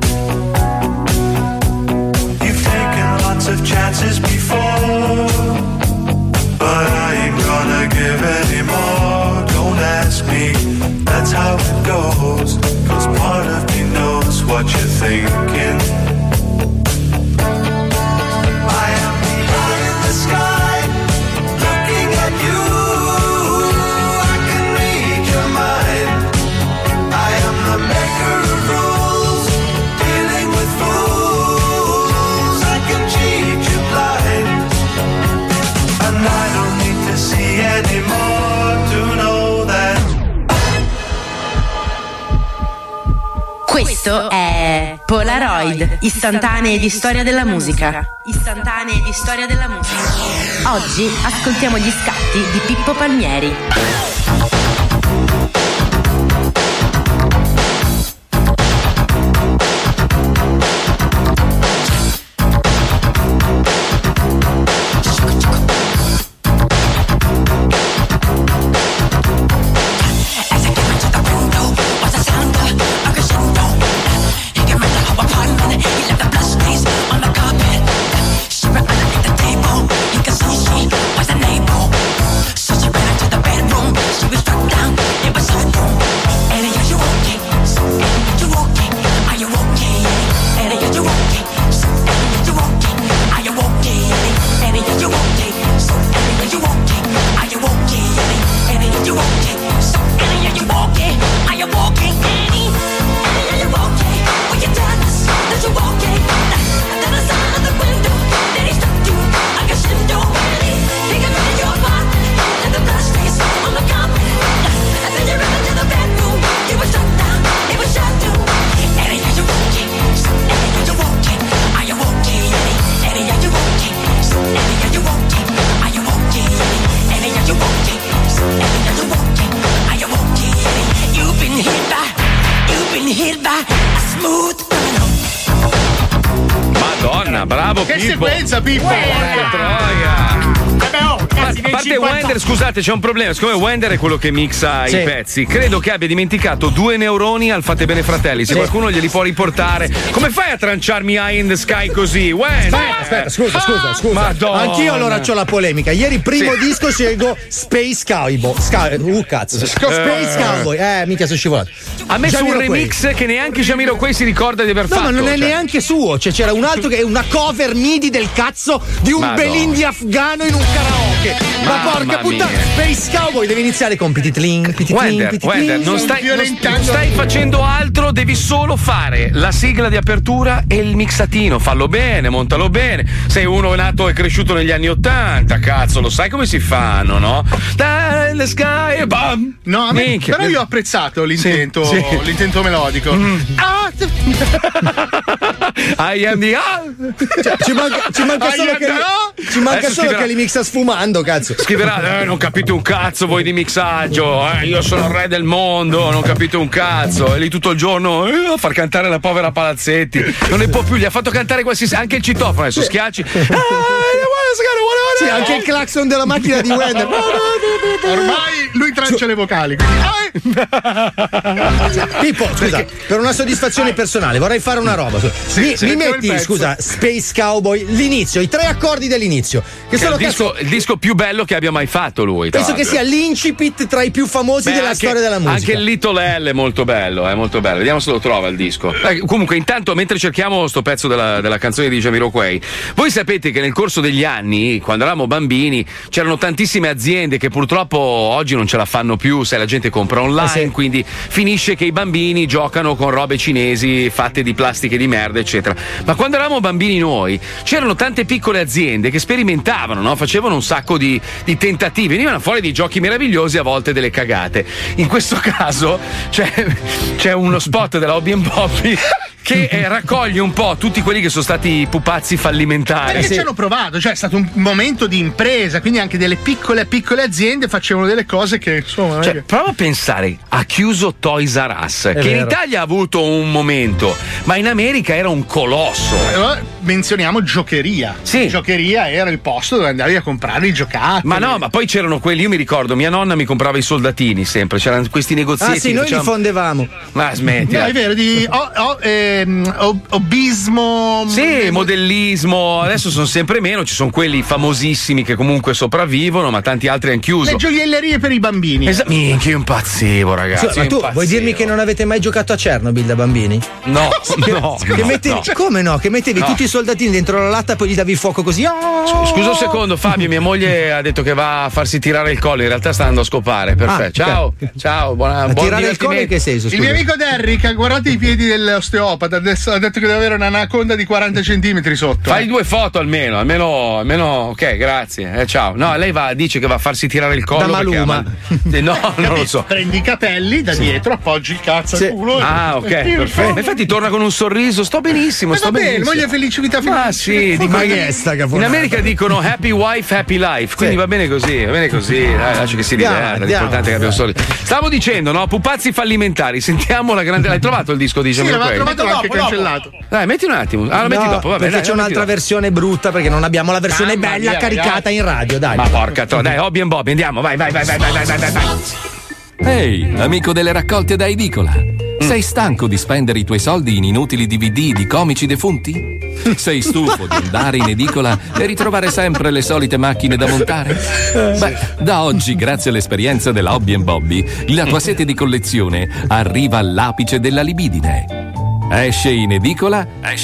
You've taken lots of chances before, but I ain't gonna give any more. Don't ask me, that's how it goes. 'Cause part of me knows what you're thinking. I am the eye in the sky, looking at you. I can read your mind. I am the maker of rules, dealing with fools. I can cheat you blind, and I don't need to see anymore to know that. Questo è Polaroid, istantanee di storia della musica. Istantanee di storia della musica. Oggi ascoltiamo gli scatti di Pippo Palmieri. She was settimana. Bravo Che Pippo. sequenza, Pippo! Troia. A parte Wender, scusate, c'è un problema. Siccome Wender è quello che mixa Sì. i pezzi, credo che abbia dimenticato 2 neuroni al Fate Bene Fratelli. Se qualcuno glieli può riportare, come fai a tranciarmi Eye in the Sky così? Wender! Aspetta, scusa. Madonna. Anch'io allora c'ho la polemica. Ieri primo disco scelgo Space Cowboy. Cazzo. Space Cowboy. Minchia, sono scivolato. Ha messo un Jamiroquai. remix che neanche Jamiroquai si ricorda di aver No, fatto. ma non è cioè. neanche suo. Cioè, c'era un altro che è una cover MIDI del cazzo di un Madonna. Belindi afghano in un karaoke. Ma Mamma porca puttana, mia. Space Cowboy deve iniziare con Pititlin, Wender, non stai facendo altro, devi solo fare la sigla di apertura e il mixatino. Fallo bene, montalo bene. Sei uno nato e cresciuto negli anni '80, cazzo, lo sai come si fanno, no? Dai, the sky, bam! No, però io ho apprezzato l'intento, l'intento melodico. I am the Cioè, ci manca solo che li mixa sfumando, cazzo. Scriverà, non capite un cazzo voi di mixaggio, io sono il re del mondo, non capite un cazzo. E lì tutto il giorno a far cantare la povera Palazzetti. Non ne può più, gli ha fatto cantare qualsiasi, anche il citofono, adesso schiacci. Sì, anche il clacson della macchina di Wender. Ormai lui trancia le vocali. Pippo, scusa, per una soddisfazione personale vorrei fare una roba. Mi metti, scusa, Space Cowboy, l'inizio, i 3 accordi dell'inizio. Che sono il disco più bello che abbia mai fatto lui. Penso che sia l'incipit tra i più famosi della storia della musica. Anche il Little L è molto bello, Vediamo se lo trova il disco. Comunque, intanto, mentre cerchiamo sto pezzo della canzone di Jamiroquai, voi sapete che nel corso degli anni, quando eravamo bambini, c'erano tantissime aziende che purtroppo oggi non ce la fanno più, sai, la gente compra online, quindi finisce che i bambini giocano con robe cinesi fatte di plastiche di merda, eccetera. Ma quando eravamo bambini noi, c'erano tante piccole aziende che sperimentavano, no? Facevano un sacco di tentativi, venivano fuori dei giochi meravigliosi, a volte delle cagate. In questo caso c'è uno spot della Hobby Bobby che raccoglie un po' tutti quelli che sono stati pupazzi fallimentari. Perché ci hanno provato, cioè è stato un momento di impresa, quindi anche delle piccole aziende facevano delle cose che insomma. Cioè, prova a pensare, ha chiuso Toys R Us, che in Italia ha avuto un momento, ma in America era un colosso. Menzioniamo Giocheria. Sì. Giocheria era il posto dove andavi a comprare i giocattoli. Ma no, ma poi c'erano quelli, io mi ricordo, mia nonna mi comprava i soldatini sempre, c'erano questi negozietti. Ah sì, noi li fondevamo. Ma smetti. No, è vero, di hobbismo. Sì, modellismo, adesso sono sempre meno, ci sono quelli famosissimi che comunque sopravvivono, ma tanti altri hanno chiuso. Le gioiellerie per i bambini. Minchia, io impazzivo, ragazzi. Ma tu vuoi dirmi che non avete mai giocato a Chernobyl da bambini? No, Come no? Che mettevi tutti i soldatini dentro la latta e poi gli davi fuoco così. Scusa un secondo, Fabio, mia moglie ha detto che va a farsi tirare il collo, in realtà sta andando a scopare. Perfetto. Ciao, buon tirare il collo in che senso? Il mio amico Derrick ha guardato i piedi dell'osteopata, adesso ha detto che deve avere un'anaconda di 40 centimetri sotto. Fai 2 foto almeno, ok, grazie. Ciao. No, lei dice che va a farsi tirare il collo. Da Maluma. No, non lo so. Prendi i capelli da dietro, appoggi il cazzo al culo. Ok, perfetto. Infatti torna con un sorriso, sto benissimo, sto benissimo. Moglie felice, vita felice. Ah sì, in America dicono happy wife, happy life, quindi va bene così, Dai, lascia che si diverta, l'importante è che abbia un sorriso. Stavo dicendo, no, pupazzi fallimentari, sentiamo la grande. L'hai trovato il disco di Jamiroquai? Sì, l'ho trovato anche cancellato. Dai, metti un attimo. Lo metti dopo, vabbè. Perché c'è un'altra versione brutta, perché non abbiamo la versione bella caricata in radio, dai. Ma porca dai, Hobby Bobby, andiamo, vai. Ehi, amico delle raccolte da edicola. Sei stanco di spendere i tuoi soldi in inutili DVD di comici defunti? Sei stufo di andare in edicola e ritrovare sempre le solite macchine da montare? Beh, da oggi, grazie all'esperienza della Hobby Bobby, la tua sete di collezione arriva all'apice della libidine. Esce in edicola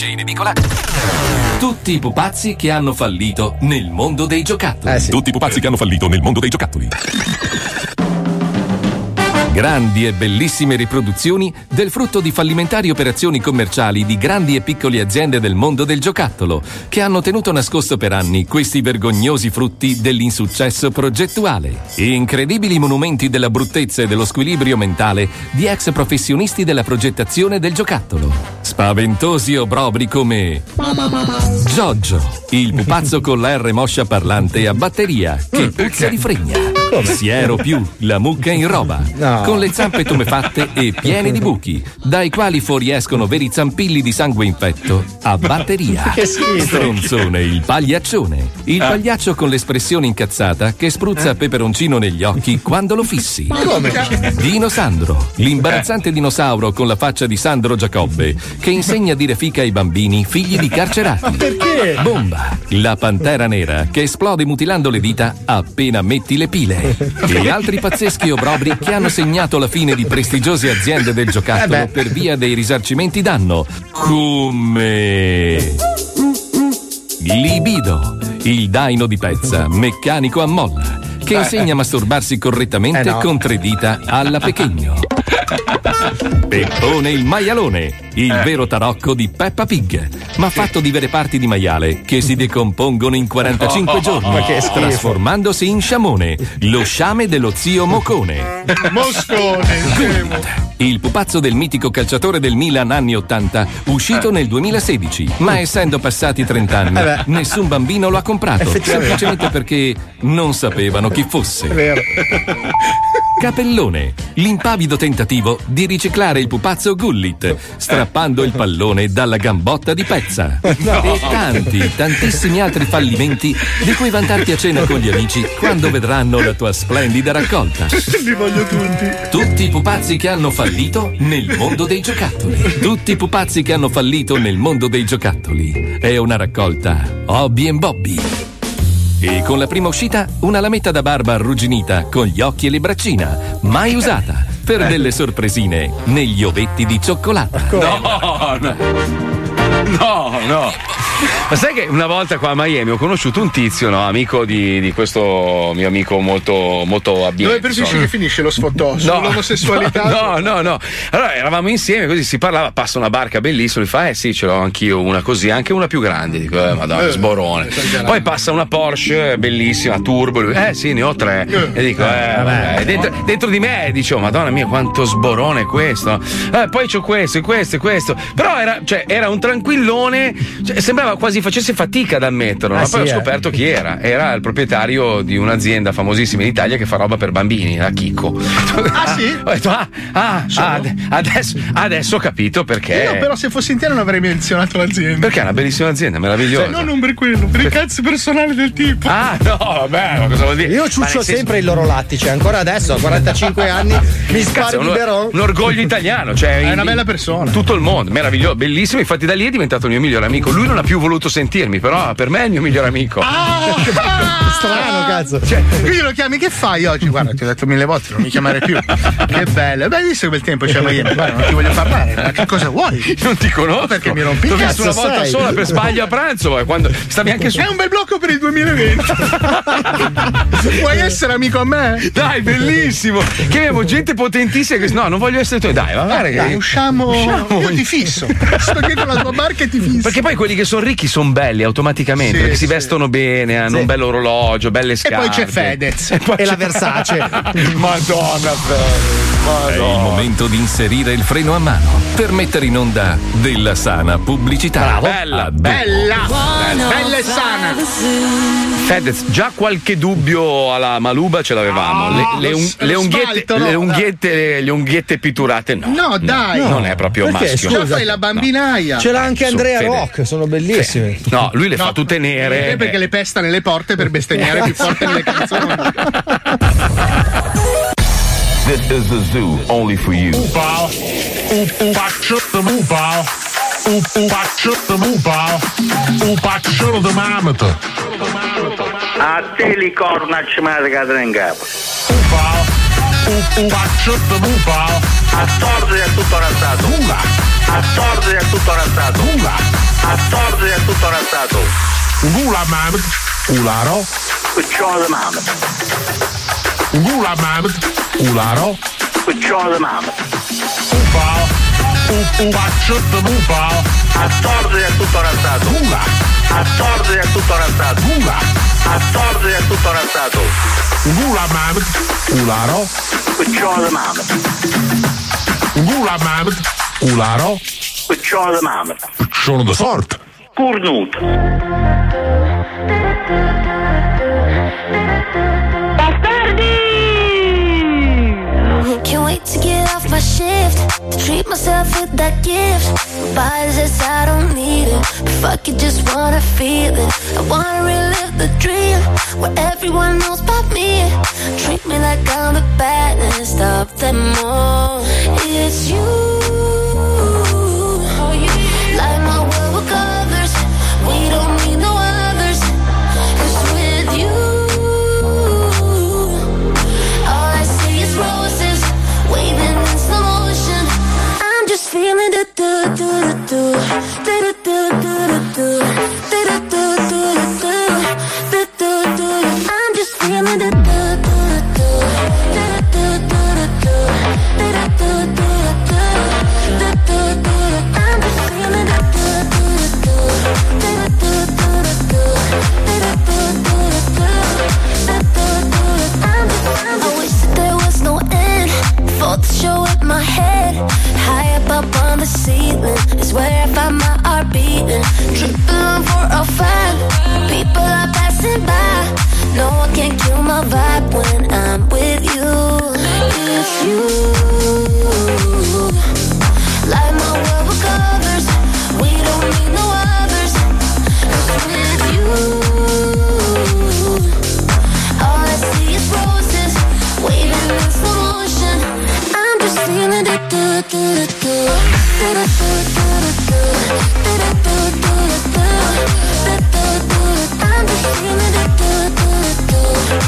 tutti i pupazzi che hanno fallito nel mondo dei giocattoli. Tutti i pupazzi che hanno fallito nel mondo dei giocattoli. Grandi e bellissime riproduzioni del frutto di fallimentari operazioni commerciali di grandi e piccole aziende del mondo del giocattolo, che hanno tenuto nascosto per anni questi vergognosi frutti dell'insuccesso progettuale. Incredibili monumenti della bruttezza e dello squilibrio mentale di ex professionisti della progettazione del giocattolo. Spaventosi obrobri come Giorgio, il pupazzo con la R moscia parlante a batteria che puzza di fregna. Siero più, la mucca in roba, con le zampe tumefatte e piene di buchi, dai quali fuoriescono veri zampilli di sangue infetto a batteria. Che schifo. Stronzone, il pagliaccione, il pagliaccio con l'espressione incazzata che spruzza peperoncino negli occhi quando lo fissi. Come? Dino Sandro, l'imbarazzante dinosauro con la faccia di Sandro Giacobbe che insegna a dire fica ai bambini figli di carcerati. Ma perché? Bomba, la pantera nera che esplode mutilando le dita appena metti le pile. E altri pazzeschi obrobri che hanno segnato la fine di prestigiose aziende del giocattolo per via dei risarcimenti danno. Come Libido, il daino di pezza, meccanico a molla, che insegna a masturbarsi correttamente con 3 dita alla Pechegno. Peppone il maialone, il vero tarocco di Peppa Pig, ma fatto di vere parti di maiale che si decompongono in 45 giorni, trasformandosi in sciamone, lo sciame dello zio Mocone. Moscone, il pupazzo del mitico calciatore del Milan anni 80, uscito nel 2016, ma essendo passati 30 anni, nessun bambino lo ha comprato, semplicemente perché non sapevano chi fosse. È vero. Capellone, l'impavido tentativo di riciclare il pupazzo Gullit, strappando il pallone dalla gambotta di Pezza. E tantissimi altri fallimenti di cui vantarti a cena con gli amici quando vedranno la tua splendida raccolta. Li voglio tutti. Tutti i pupazzi che hanno fallito nel mondo dei giocattoli. Tutti i pupazzi che hanno fallito nel mondo dei giocattoli. È una raccolta Hobby and Bobby. E con la prima uscita una lametta da barba arrugginita con gli occhi e le braccina, mai usata, per delle sorpresine negli ovetti di cioccolata. No. Ma sai che una volta qua a Miami ho conosciuto un tizio, amico di questo mio amico molto abbiente. Dove preferisci che finisce lo sfottò? Sull'omosessualità? No. Allora eravamo insieme, così si parlava, passa una barca bellissima, lui fa sì, ce l'ho anch'io una così, anche una più grande. Dico, madonna, sborone. Poi passa una Porsche bellissima, turbo, lui, sì, ne ho 3. E dico, vabbè. Dentro di me dicevo, madonna mia, quanto sborone è questo. Poi c'ho questo. Però era un tranquillone, sembrava quasi facesse fatica ad ammetterlo, ma poi ho scoperto chi era. Era il proprietario di un'azienda famosissima in Italia che fa roba per bambini, la Chicco. Sì? Ho detto, adesso ho capito perché. Io però se fossi in te non avrei menzionato l'azienda. Perché è una bellissima azienda, meravigliosa. Non per quello, per i cazzi personali del tipo. No, vabbè, ma cosa vuol dire? Io ciuccio sempre il loro lattice, ancora adesso, a 45 anni, mi spari biberon. Un orgoglio italiano, cioè è una bella persona. Tutto il mondo, meraviglioso, bellissimo. Infatti da lì è diventato il mio migliore amico. Lui non ha più voluto sentirmi, però per me è il mio migliore amico. Strano, cazzo. Quindi lo chiami, che fai oggi? Guarda, ti ho detto 1000 volte, non mi chiamare più. Che bello. Beh, visto che bel tempo c'è Miami. Guarda, non ti voglio parlare. Ma che cosa vuoi? Non ti conosco. Perché mi rompi il cazzo. L'ho visto una volta sola per sbaglio a pranzo, quando stavi anche su. È un bel blocco per il 2020. Vuoi essere amico a me? Dai, bellissimo. Che avevo gente potentissima che no, non voglio essere tu. Dai, va bene. Dai, usciamo. Io ti fisso. Sto dietro la tua barca e ti fisso. Perché poi quelli che sono ricchi sono belli automaticamente, perché si vestono bene, hanno un bel orologio, belle scarpe. E poi c'è Fedez. E la Versace. Madonna, È il momento di inserire il freno a mano per mettere in onda della sana pubblicità. Bravo. Bella e sana. Fedez, già qualche dubbio alla Maluba ce l'avevamo. Le unghiette pitturate no. Dai. Non è proprio maschio. Già fai la bambinaia. Ce l'ha anche Andrea Rock, sono bellissime. No, lui le fa tutte nere. Perché le pesta nelle porte per bestemmiare più forte nelle canzoni. This is the zoo, only for you. A te li cornac magica in capo. A tordi è tutto razzato. A tordi è tutto razzato. A tordi è tutto razzato. Gula mamet, ularo. Cucciolo di mamma. Gula mamet, ularo. Cucciolo di mamma. Bacciotto bupao. A tordi è tutto razzato. A tordi è tutto razzato. A tordi è tutto razzato. Gula mamet, ularo. Cucciolo di mamma. Gula mamet, ularo. Cucciolo di mamma. Sono da sorte. Cornuto. Bastardi! myself with that gift. Nobody says I don't need it. But fuck it, just wanna feel it. I wanna relive the dream where everyone knows about me. Treat me like I'm the baddest of them all. It's you. Light my world with colors. We don't need no others. 'Cause with you, all I see is roses waving in slow motion. I'm just feeling the do do do do do do do do do do. I'm just feeling the do do do do do do do. I'm just feeling the do do do I wish that there was no end. For the show in my head, high up on the ceiling is where I find my heart beating. Tripping for a fan, people are passing by. No, I can't kill my vibe when I'm with you. It's you. Light my world with colors. We don't need no others. 'Cause with you, all I see is roses waving in slow motion. I'm just feeling the do do do do do do I'm just feeling the do do do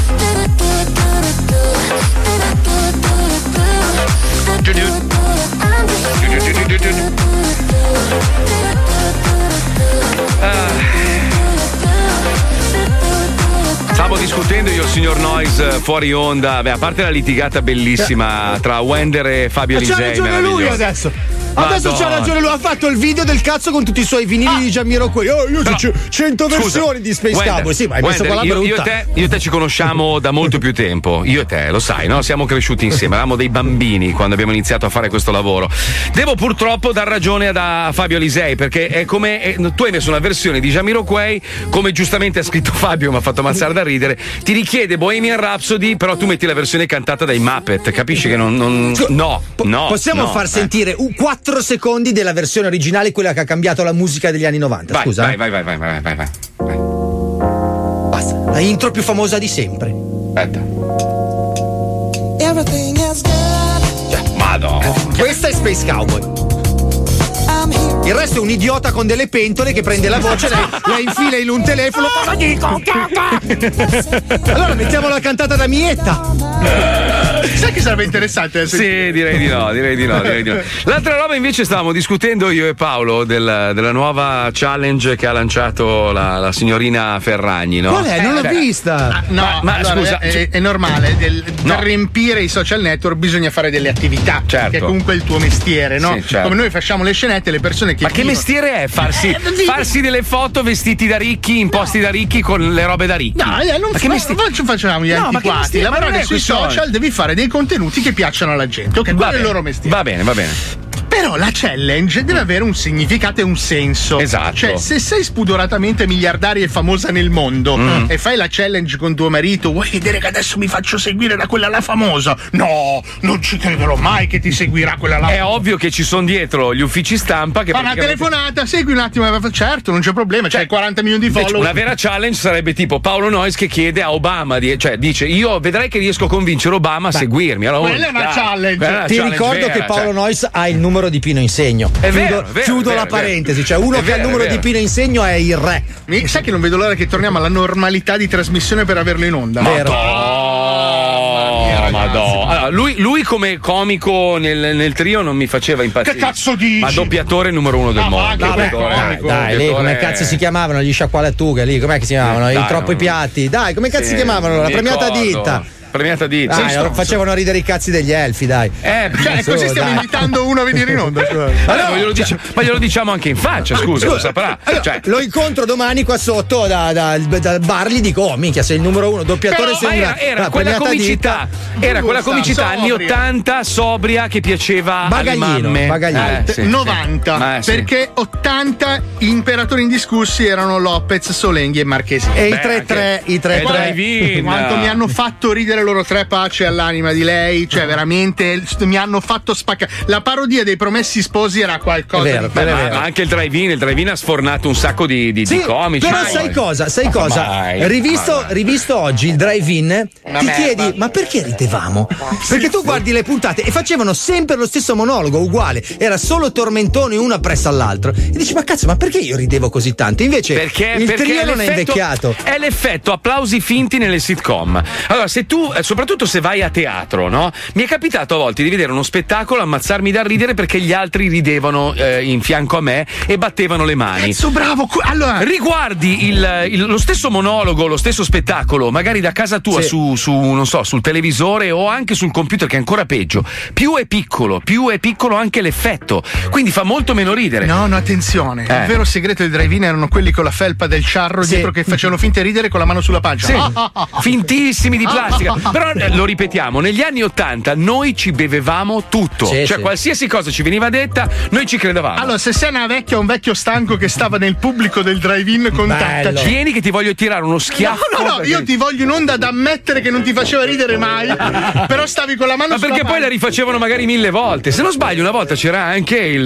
Stavo discutendo io, signor Noise, fuori onda. Beh, a parte la litigata bellissima tra Wender e Fabio Lisei. C'ha ragione lui adesso. Adesso c'ha ragione lui, ha fatto il video del cazzo con tutti i suoi vinili di Jamiroquai. Io ho 100 versioni di Space Cowboy. Sì, ma hai messo quella brutta. Io e te ci conosciamo da molto più tempo. Io e te, lo sai, no? Siamo cresciuti insieme, eravamo dei bambini quando abbiamo iniziato a fare questo lavoro. Devo purtroppo dar ragione a Fabio Lisei, perché è come tu hai messo una versione di Jamiroquai, come giustamente ha scritto Fabio, mi ha fatto ammazzare da ridere. Ti richiede Bohemian Rhapsody, però tu metti la versione cantata dai Muppet, capisci che non possiamo far sentire 4 secondi della versione originale, quella che ha cambiato la musica degli anni 90. Scusa. Vai. Basta, la intro più famosa di sempre. Aspetta. Madonna. Questa è Space Cowboy. Il resto è un idiota con delle pentole che prende la voce, la infila in un telefono. Cosa dico? Allora mettiamo la cantata da Mietta. Sai che sarebbe interessante? Sì, direi di no. L'altra roba invece stavamo discutendo io e Paolo della nuova challenge che ha lanciato la signorina Ferragni, no? Qual è? Non l'ho vista. Ma allora, scusa, è normale, per riempire i social network bisogna fare delle attività, certo, che è comunque il tuo mestiere, no? Sì, certo. Come noi facciamo le scenette, le persone che che mestiere è farsi delle foto vestiti da ricchi, in posti da ricchi, con le robe da ricchi? No, non ci facciamo gli antiquati. Lavorare sui social devi fare dei contenuti che piacciono alla gente, ok? Quello è il loro mestiere. Va bene. Però la challenge deve avere un significato e un senso. Esatto. Cioè, se sei spudoratamente miliardaria e famosa nel mondo e fai la challenge con tuo marito, vuoi vedere che adesso mi faccio seguire da quella là famosa? No, non ci crederò mai che ti seguirà quella là. È ovvio che ci sono dietro gli uffici stampa che fa una telefonata, segui un attimo. Certo, non c'è problema, c'hai 40 milioni di follower. Una vera challenge sarebbe tipo Paolo Noyes che chiede a Obama, dice io vedrai che riesco a convincere Obama a seguirmi. Allora, quella è una challenge. Ti ricordo che Paolo Noyes ha il numero di Pino Insegno. Chiudo la parentesi, cioè uno che ha il numero di Pino Insegno è il re. Sai che non vedo l'ora che torniamo alla normalità di trasmissione per averlo in onda. Madonna. Allora, lui come comico nel trio non mi faceva impazzire. Che cazzo dici? Ma doppiatore numero 1 del mondo. Dai, lì come cazzo si chiamavano gli sciacqualatughe lì? Com'è che si chiamavano? I troppi piatti. Dai, come cazzo si chiamavano? La premiata ditta. Facevano ridere i cazzi degli elfi, dai. Così stiamo invitando uno a venire in onda. Ma glielo diciamo anche in faccia, scusa. Lo saprà. Lo incontro domani qua sotto dal bar, gli dico: oh minchia, sei il numero 1 doppiatore. Era quella comicità. Era quella comicità anni 80 sobria che piaceva alle mamme. 90 perché 80 imperatori indiscussi erano Lopez, Solenghi e Marchesini. E i 3-3 quanto mi hanno fatto ridere loro tre, pace all'anima di lei, cioè veramente mi hanno fatto spaccare. La parodia dei Promessi Sposi era qualcosa di ma anche il drive-in ha sfornato un sacco di comici. Però sai cosa? Rivisto oggi il drive-in, ti chiedi ma perché ridevamo? Perché tu guardi le puntate e facevano sempre lo stesso monologo uguale, era solo tormentone una appresso all'altro e dici ma cazzo, ma perché io ridevo così tanto? Invece il trio non è invecchiato. È l'effetto applausi finti nelle sitcom. Allora, se tu, soprattutto se vai a teatro, no? Mi è capitato a volte di vedere uno spettacolo, ammazzarmi da ridere perché gli altri ridevano in fianco a me e battevano le mani. Cazzo, bravo! Allora, riguardi lo stesso monologo, lo stesso spettacolo, magari da casa tua su non so, sul televisore o anche sul computer, che è ancora peggio. Più è piccolo anche l'effetto, quindi fa molto meno ridere. No, attenzione. Il vero segreto del drive-in erano quelli con la felpa del ciarro dietro che facevano finta di ridere con la mano sulla pancia. Sì. Fintissimi di plastica. Però lo ripetiamo, negli anni '80 noi ci bevevamo tutto. Qualsiasi cosa ci veniva detta, noi ci credevamo. Allora, se sei una vecchia o un vecchio stanco che stava nel pubblico del drive-in, contattaci. Vieni che ti voglio tirare uno schiaffo. No, io ti voglio in onda ad ammettere che non ti faceva ridere mai, però stavi con la mano sulla perché poi la rifacevano magari 1000 volte. Se non sbaglio, una volta c'era anche il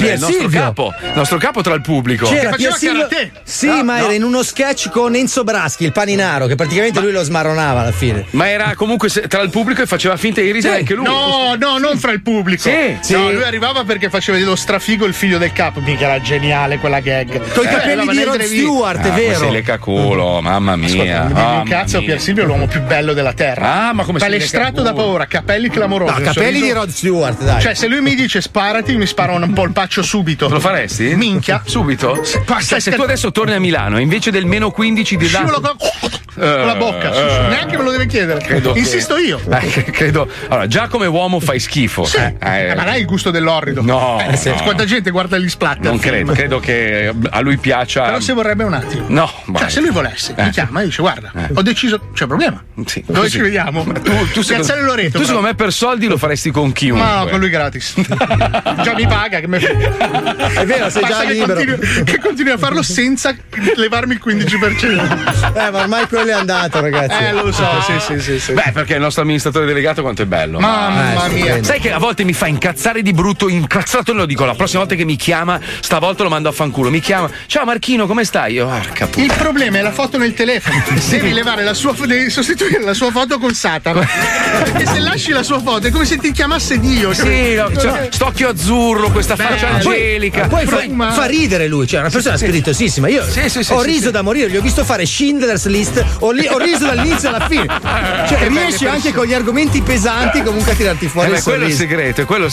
nostro capo tra il pubblico. C'era karate. Era in uno sketch con Enzo Braschi, il paninaro, che praticamente lui lo smarronava alla fine. Ma era comunque tra il pubblico e faceva finta di ridere anche lui. No, non fra il pubblico. No, lui arrivava perché faceva dello strafigo il figlio del capo. Mica era geniale quella gag. Con i capelli di Rod Stewart, è vero. Si lecca culo, mamma mia. Un cazzo, Pier Silvio è l'uomo più bello della terra. Ma come palestrato da paura, capelli clamorosi. No, capelli di Rod Stewart, dai. Cioè, se lui mi dice sparati, mi spara un polpaccio subito. Lo faresti? Minchia. Subito? Se tu adesso torni a Milano e invece del -15 di scivolo con la bocca, neanche me lo deve chiedere. Insisto io. Credo. Allora, già come uomo fai schifo. Ma non hai il gusto dell'orrido. No. Quanta gente guarda gli splatter. Non credo che a lui piaccia. Però se vorrebbe un attimo. No. Cioè, se lui volesse, mi chiama e dice: guarda, ho deciso, c'è problema. Sì. Dove ci vediamo? Piazzale Loreto. Tu secondo me per soldi lo faresti con chiunque. Ma no, con lui gratis. Già mi paga, che è vero, sei già libero. Che continui a farlo senza levarmi il 15%. Ma ormai quello è andato, ragazzi. Lo so, sì. Beh, perché il nostro amministratore delegato quanto è bello. Mamma mia. Sai che a volte mi fa incazzare di brutto, incazzato lo dico, la prossima volta che mi chiama, stavolta lo mando a fanculo. Mi chiama: ciao Marchino, come stai? Io, il problema è la foto nel telefono. Devi levare devi sostituire la sua foto con Satana. Perché se lasci la sua foto è come se ti chiamasse Dio. St'occhio azzurro, questa faccia angelica. Poi fa ridere lui, cioè è una persona spiritosissima. Io ho riso da morire, gli ho visto fare Schindler's List, ho riso dall'inizio alla fine. Cioè riesci anche con gli argomenti pesanti comunque a tirarti fuori il quello è il segreto, quello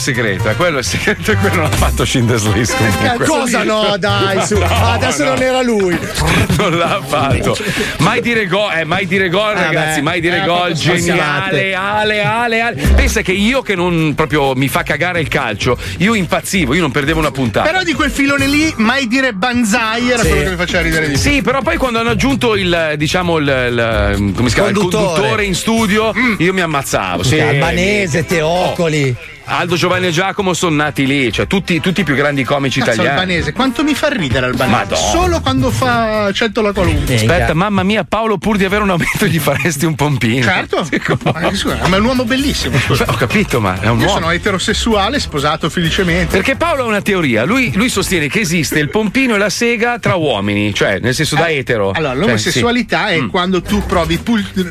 e quello non ha fatto Schindler's List comunque. Cosa no, dai, su. Adesso non era lui. Non l'ha fatto. Mai dire gol, ragazzi, mai dire gol, geniale, Ale. Pensa che io che non proprio mi fa cagare il calcio, io impazzivo, io non perdevo una puntata. Però di quel filone lì, mai dire banzai era quello che mi faceva ridere di più. Sì, però poi quando hanno aggiunto il come si chiama? Il conduttore in studio, io mi ammazzavo. Albanese, Teocoli. Aldo, Giovanni e Giacomo sono nati lì, cioè tutti i più grandi comici italiani. Albanese, quanto mi fa ridere Albanese? Madonna. Solo quando fa accetto la qualunque. Aspetta, mamma mia, Paolo, pur di avere un aumento gli faresti un pompino. Certo, ma è un uomo bellissimo. Ho capito, ma è un uomo. Io sono eterosessuale, sposato felicemente. Perché Paolo ha una teoria, lui sostiene che esiste il pompino e la sega tra uomini, cioè nel senso da etero. Allora, l'omosessualità è quando tu provi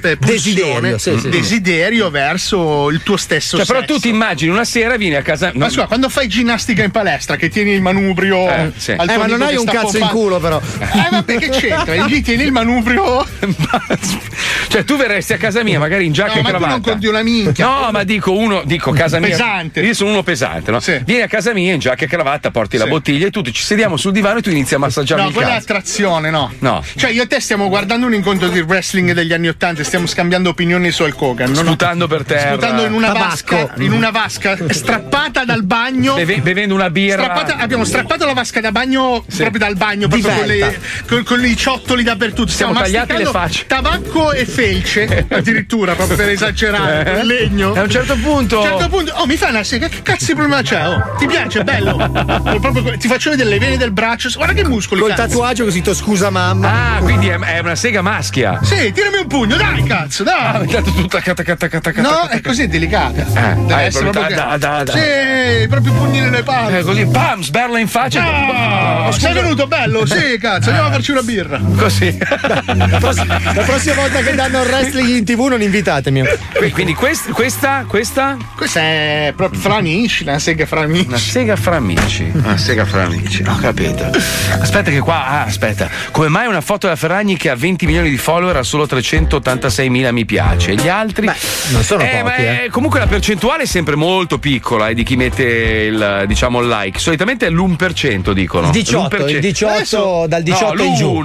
desiderio verso il tuo stesso sesso. Però tu ti immagini una sera vieni a casa. Ma scusa, quando fai ginnastica in palestra che tieni il manubrio ma non hai un cazzo in culo, però. Vabbè, che c'entra? Lì tieni il manubrio. Cioè, tu verresti a casa mia, magari in giacca e cravatta. Ma tu non conti una minchia. No, ma dico casa mia. Pesante. Io sono uno pesante, no? Sì. Vieni a casa mia in giacca e cravatta, porti la bottiglia e tutti ci sediamo sul divano e tu inizi a massaggiarmi il cazzo. No, quella è attrazione, no. Cioè, io e te stiamo guardando un incontro di wrestling degli anni '80 e stiamo scambiando opinioni su Hulk Hogan. Sputando per terra. Sputando in una vasca. In una vasca. strappata dal bagno. Bevendo una birra. Abbiamo strappato la vasca da bagno proprio dal bagno, proprio con i ciottoli dappertutto. Stiamo tagliati le facce. Tabacco e felce, addirittura, proprio per esagerare. Il legno. A un certo punto. Mi fa una sega. Che cazzo di problema c'è? Ti piace? Bello. Proprio, ti faccio vedere le vene del braccio. Guarda che muscoli. Col tatuaggio così scusa mamma. Ah, quindi è una sega maschia. Sì, tirami un pugno, dai, cazzo, dai. Tutta No, è così, è delicata. Deve essere proprio sì, proprio pugni nelle palle. Così, pam, sberla in faccia. Sei venuto bello? Sì, cazzo, andiamo a farci una birra. Così. La prossima volta che danno il wrestling in TV non invitatemi. Quindi questa? Questa è proprio fra amici, una sega fra amici. Una sega fra amici, ho capito. Aspetta che qua, aspetta. Come mai una foto della Ferragni che ha 20 milioni di follower ha solo 386.000 mi piace? E gli altri? Beh, non sono pochi. Comunque la percentuale è sempre molto piccola di chi mette il like. Solitamente è l'1%, dicono. Il 18 dal 18 in giù.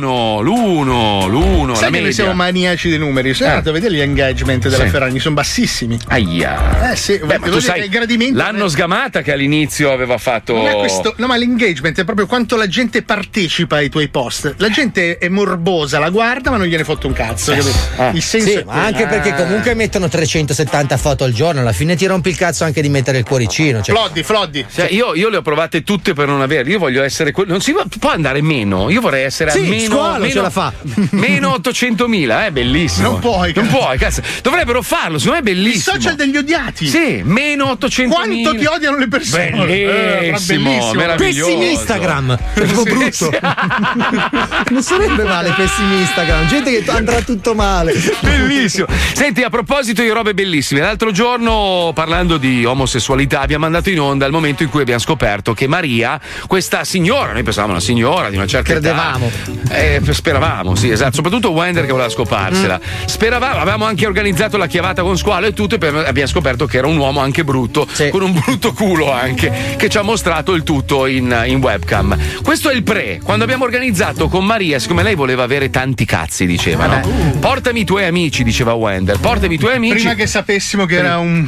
L'1. Sai che noi siamo maniaci dei numeri. Sono andato a vedere gli engagement della Ferragni, sono bassissimi. Aia. Sì, ma tu sai, l'hanno sgamata che all'inizio aveva fatto. Non è questo, no, ma l'engagement è proprio quanto la gente partecipa ai tuoi post. La gente è morbosa, la guarda, ma non gliene fotte un cazzo. Il senso è ma anche perché comunque mettono 370 foto al giorno, alla fine ti rompi il cazzo anche di mettere il cuoricino. Floddy. Io le ho provate tutte per non averle. Io voglio essere non si può andare meno. Io vorrei essere a meno ce la fa. Meno 800.000, è bellissimo. Non puoi, cazzo. Dovrebbero farlo, secondo me è bellissimo. Il social degli odiati. Sì, meno 800.000. Quanto ti odiano le persone? Bellissimo, meraviglioso. Pessimistagram. È proprio brutto. Non sarebbe male pessimistagram. Gente che andrà tutto male. Bellissimo. Senti, a proposito di robe bellissime, l'altro giorno parlando di omosessualità abbiamo mandato in onda il momento in cui abbiamo scoperto che Maria, questa signora, noi pensavamo una signora di una certa età. Speravamo, sì, esatto, soprattutto Wender che voleva scoparsela. Speravamo, avevamo anche organizzato la chiavata con squalo e tutto, e poi abbiamo scoperto che era un uomo anche brutto, con un brutto culo anche, che ci ha mostrato il tutto in webcam. Questo è il pre. Quando abbiamo organizzato con Maria, siccome lei voleva avere tanti cazzi, diceva, no? Portami i tuoi amici, diceva Wender, portami i tuoi amici. Prima che sapessimo che era un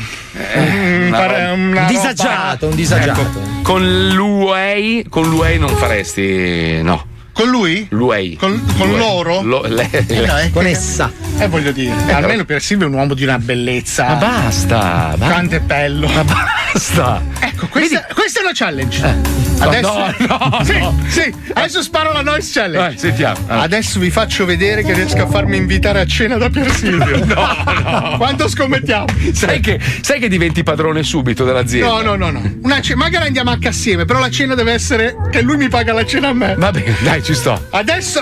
disagiato. Ecco, con l'UEI non faresti, no. Con lui? Lui. Con loro? Con essa. Voglio dire, almeno per Silvio è un uomo di una bellezza. Ma basta. Quanto è bello. Ma basta. Ecco, questa è una challenge. Adesso, sì. Adesso sparo la noise challenge. Sentiamo. Adesso vi faccio vedere che riesco a farmi invitare a cena da Pier Silvio. No. Quanto scommettiamo? Sai che diventi padrone subito dell'azienda? No. Magari andiamo anche assieme, però la cena deve essere che lui mi paga la cena a me. Va bene, dai, ci sto. Adesso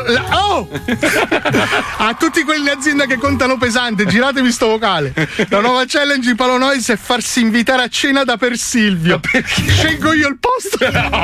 a tutti quelli in azienda che contano pesante, giratevi sto vocale. La nuova challenge di Palonois è farsi invitare a cena da Per Silvio. Perché? Scelgo io il posto.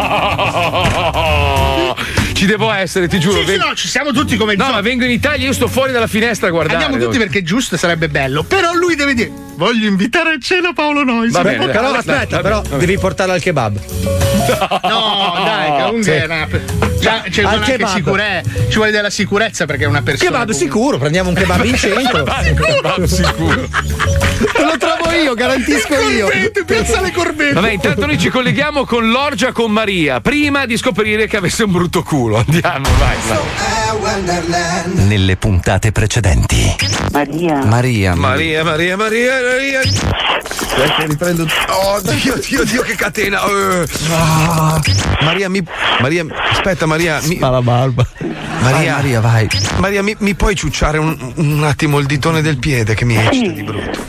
Ci devo essere, ti giuro. Sì, no, ci siamo tutti come No, ma vengo in Italia, io sto fuori dalla finestra a guardare. Andiamo tutti perché giusto, sarebbe bello. Però lui deve dire: voglio invitare a cena Paolo Nois. Va bene, però aspetta, devi portarlo al kebab. No, dai, comunque c'è anche ci vuole della sicurezza perché è una persona. Kebab sicuro, prendiamo un kebab in centro. Kebab sicuro. Lo trovo io, garantisco io. Piazza le corbette. Vabbè, intanto noi ci colleghiamo con l'orgia con Maria, prima di scoprire che avesse un brutto culo. Andiamo, vai. Nelle puntate precedenti. Maria. Aspetta, riprendo. Oh, Dio, che catena. Maria, aspetta, Maria. La barba. Maria, vai. Maria, mi puoi ciucciare un attimo il ditone del piede che mi eccita di brutto.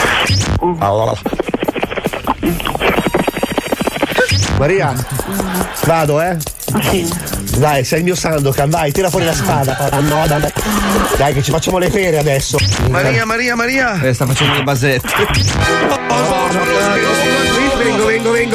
Maria, vado, Sì. Dai, sei il mio Sandokan, vai, tira fuori la spada. No, dai, che ci facciamo le pere adesso. Maria. Sta facendo le basette. Vengo.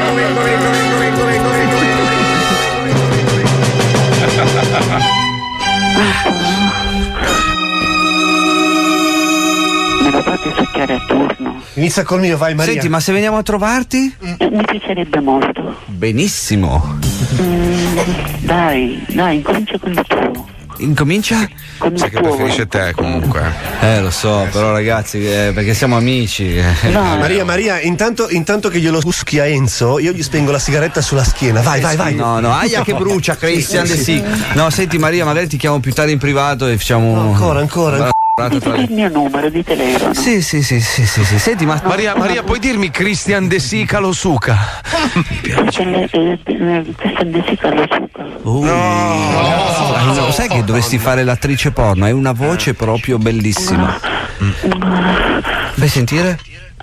Me lo fate succhiare a turno. Inizia col mio, vai Maria. Senti, ma se veniamo a trovarti? Mi piacerebbe molto. Benissimo. Dai, incomincia con il tuo. Incomincia? Sai che preferisce te comunque. Lo so, però ragazzi, perché siamo amici. Maria, intanto che glielo buschi a Enzo, io gli spengo la sigaretta sulla schiena. Vai. No, aia che brucia, Christian De Sica. No, senti Maria, magari ti chiamo più tardi in privato e facciamo. No, ancora. Dite il mio numero di telefono. Sì. Senti, ma Maria, puoi dirmi Christian De Sica lo suca? Christian De Sica lo suca. No, sai che dovresti fare l'attrice porno? Hai una voce proprio bellissima. Vuoi sentire?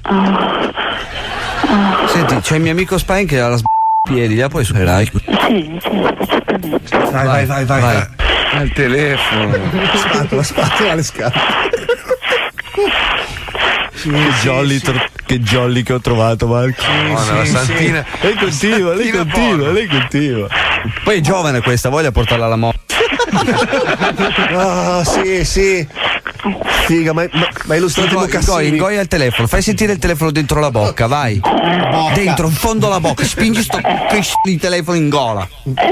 Senti, c'è il mio amico Spine che ha la piedi, la puoi superare? Sì, certamente. Vai. Al telefono. Spatola alle scale. Che jolly che ho trovato, Marco. La santina. Lei continua. Poi è giovane questa, voglia portarla alla morte. Sì. Figa, ma illustrate Mucassini. Ingoia il telefono, fai sentire il telefono dentro la bocca, vai. Dentro, in fondo alla bocca, spingi sto di telefono in gola.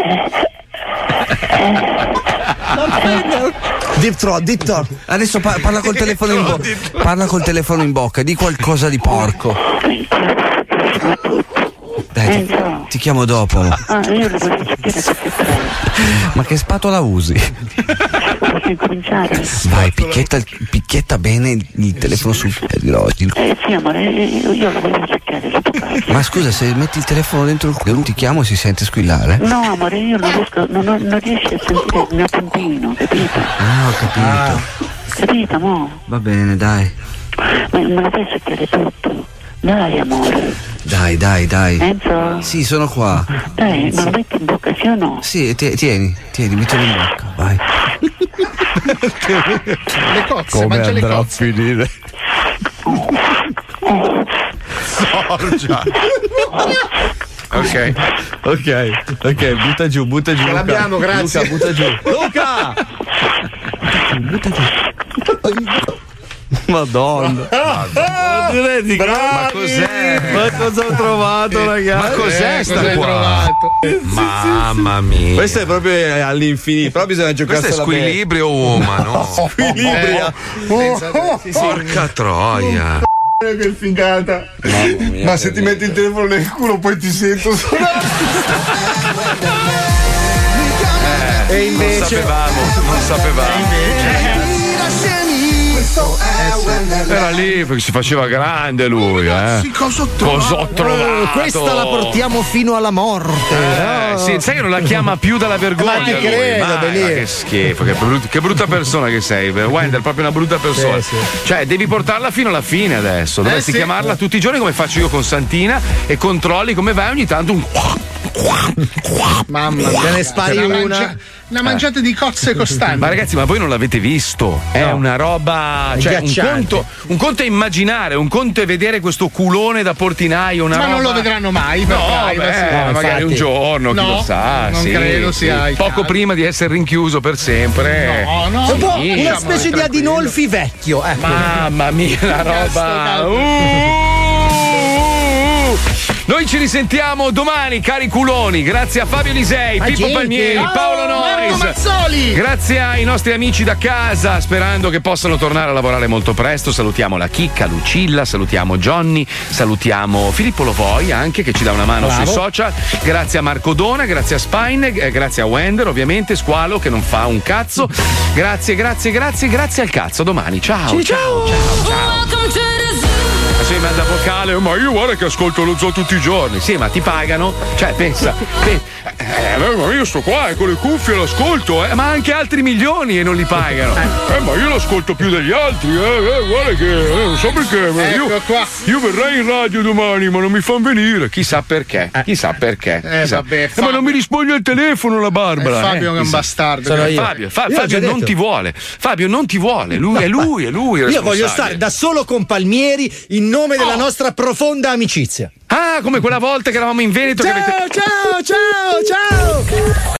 Deep throat. Adesso parla col telefono in bocca. Parla col telefono in bocca, di qualcosa di porco. Dai, ti chiamo dopo. Io lo voglio sapere perché. Ma che spatola usi? Posso incominciare? Vai, picchietta bene il telefono sul sì, amore, io lo voglio cercare. Ma scusa, se metti il telefono dentro il culo ti chiamo e si sente squillare? No, amore, io non riesco a sentire il mio puntino, capito? Ho capito. Capito, mo? Va bene, dai. Ma me lo fai cercare tutto. Dai, amore. Dai. Enzo? Sì, sono qua. Dai, ma lo metti in bocca, sì o no? Sì, tieni, mettilo in bocca, vai. Le cozze, come mangia le andrà cozze. a finire? Sorgia. Ok, butta giù. Ce l'abbiamo, grazie. Luca, butta giù. Luca! Butta giù. Madonna. Ma cos'è? Ma cosa ho trovato, ragazzi? Ma cos'è sta cosa hai qua? trovato? Mamma mia. Questo è proprio all'infinito, però bisogna giocare. Questo è squilibrio umano. Squilibrio. Porca troia. Che figata. Ma se ti metti il telefono nel culo poi ti sento suonare. E invece non sapevamo. Era lì perché si faceva grande lui, Cosa ho trovato? Questa la portiamo fino alla morte. Sì, sai che non la chiama più dalla vergogna. Ma ti credo, ma che schifo, che brutta persona che sei. Wendell, proprio una brutta persona. Sì. Cioè, devi portarla fino alla fine adesso. Dovresti chiamarla tutti i giorni come faccio io con Santina e controlli come vai ogni tanto un. Mamma mia, te ne spari una mangiata di cozze costanti. Ma ragazzi, ma voi non l'avete visto? È una roba. Cioè, un conto è immaginare, un conto è vedere questo culone da portinaio. Ma non lo vedranno mai. Magari un giorno, chi lo sa. Non credo sia. Poco prima di essere rinchiuso per sempre. No. Una specie di Adinolfi vecchio. Mamma mia, la roba. Noi ci risentiamo domani, cari culoni. Grazie a Fabio Lisei, Pippo Palmieri, Paolo Nois. Mazzoli. Grazie ai nostri amici da casa, sperando che possano tornare a lavorare molto presto. Salutiamo la Chicca, Lucilla, salutiamo Johnny, salutiamo Filippo Lovoi anche che ci dà una mano sui social. Grazie a Marco Dona, grazie a Spine, grazie a Wender, ovviamente, Squalo che non fa un cazzo. Grazie al cazzo. Domani, ciao. Sì, manda vocale, ma io guarda che ascolto lo zoo tutti i giorni. Sì, ma ti pagano? Cioè, pensa. Io sto qua con le cuffie lo ascolto, ma anche altri milioni e non li pagano. Ma io lo ascolto più degli altri, guarda che non so perché. Io verrei in radio domani, ma non mi fanno venire. Chissà perché. Vabbè, ma non mi risponde al telefono la Barbara. Fabio è un bastardo. Fabio non ti vuole. Fabio non ti vuole. Lui è lui. Io voglio stare da solo con Palmieri in nome della nostra profonda amicizia. Ah, come quella volta che eravamo in Veneto. Ciao.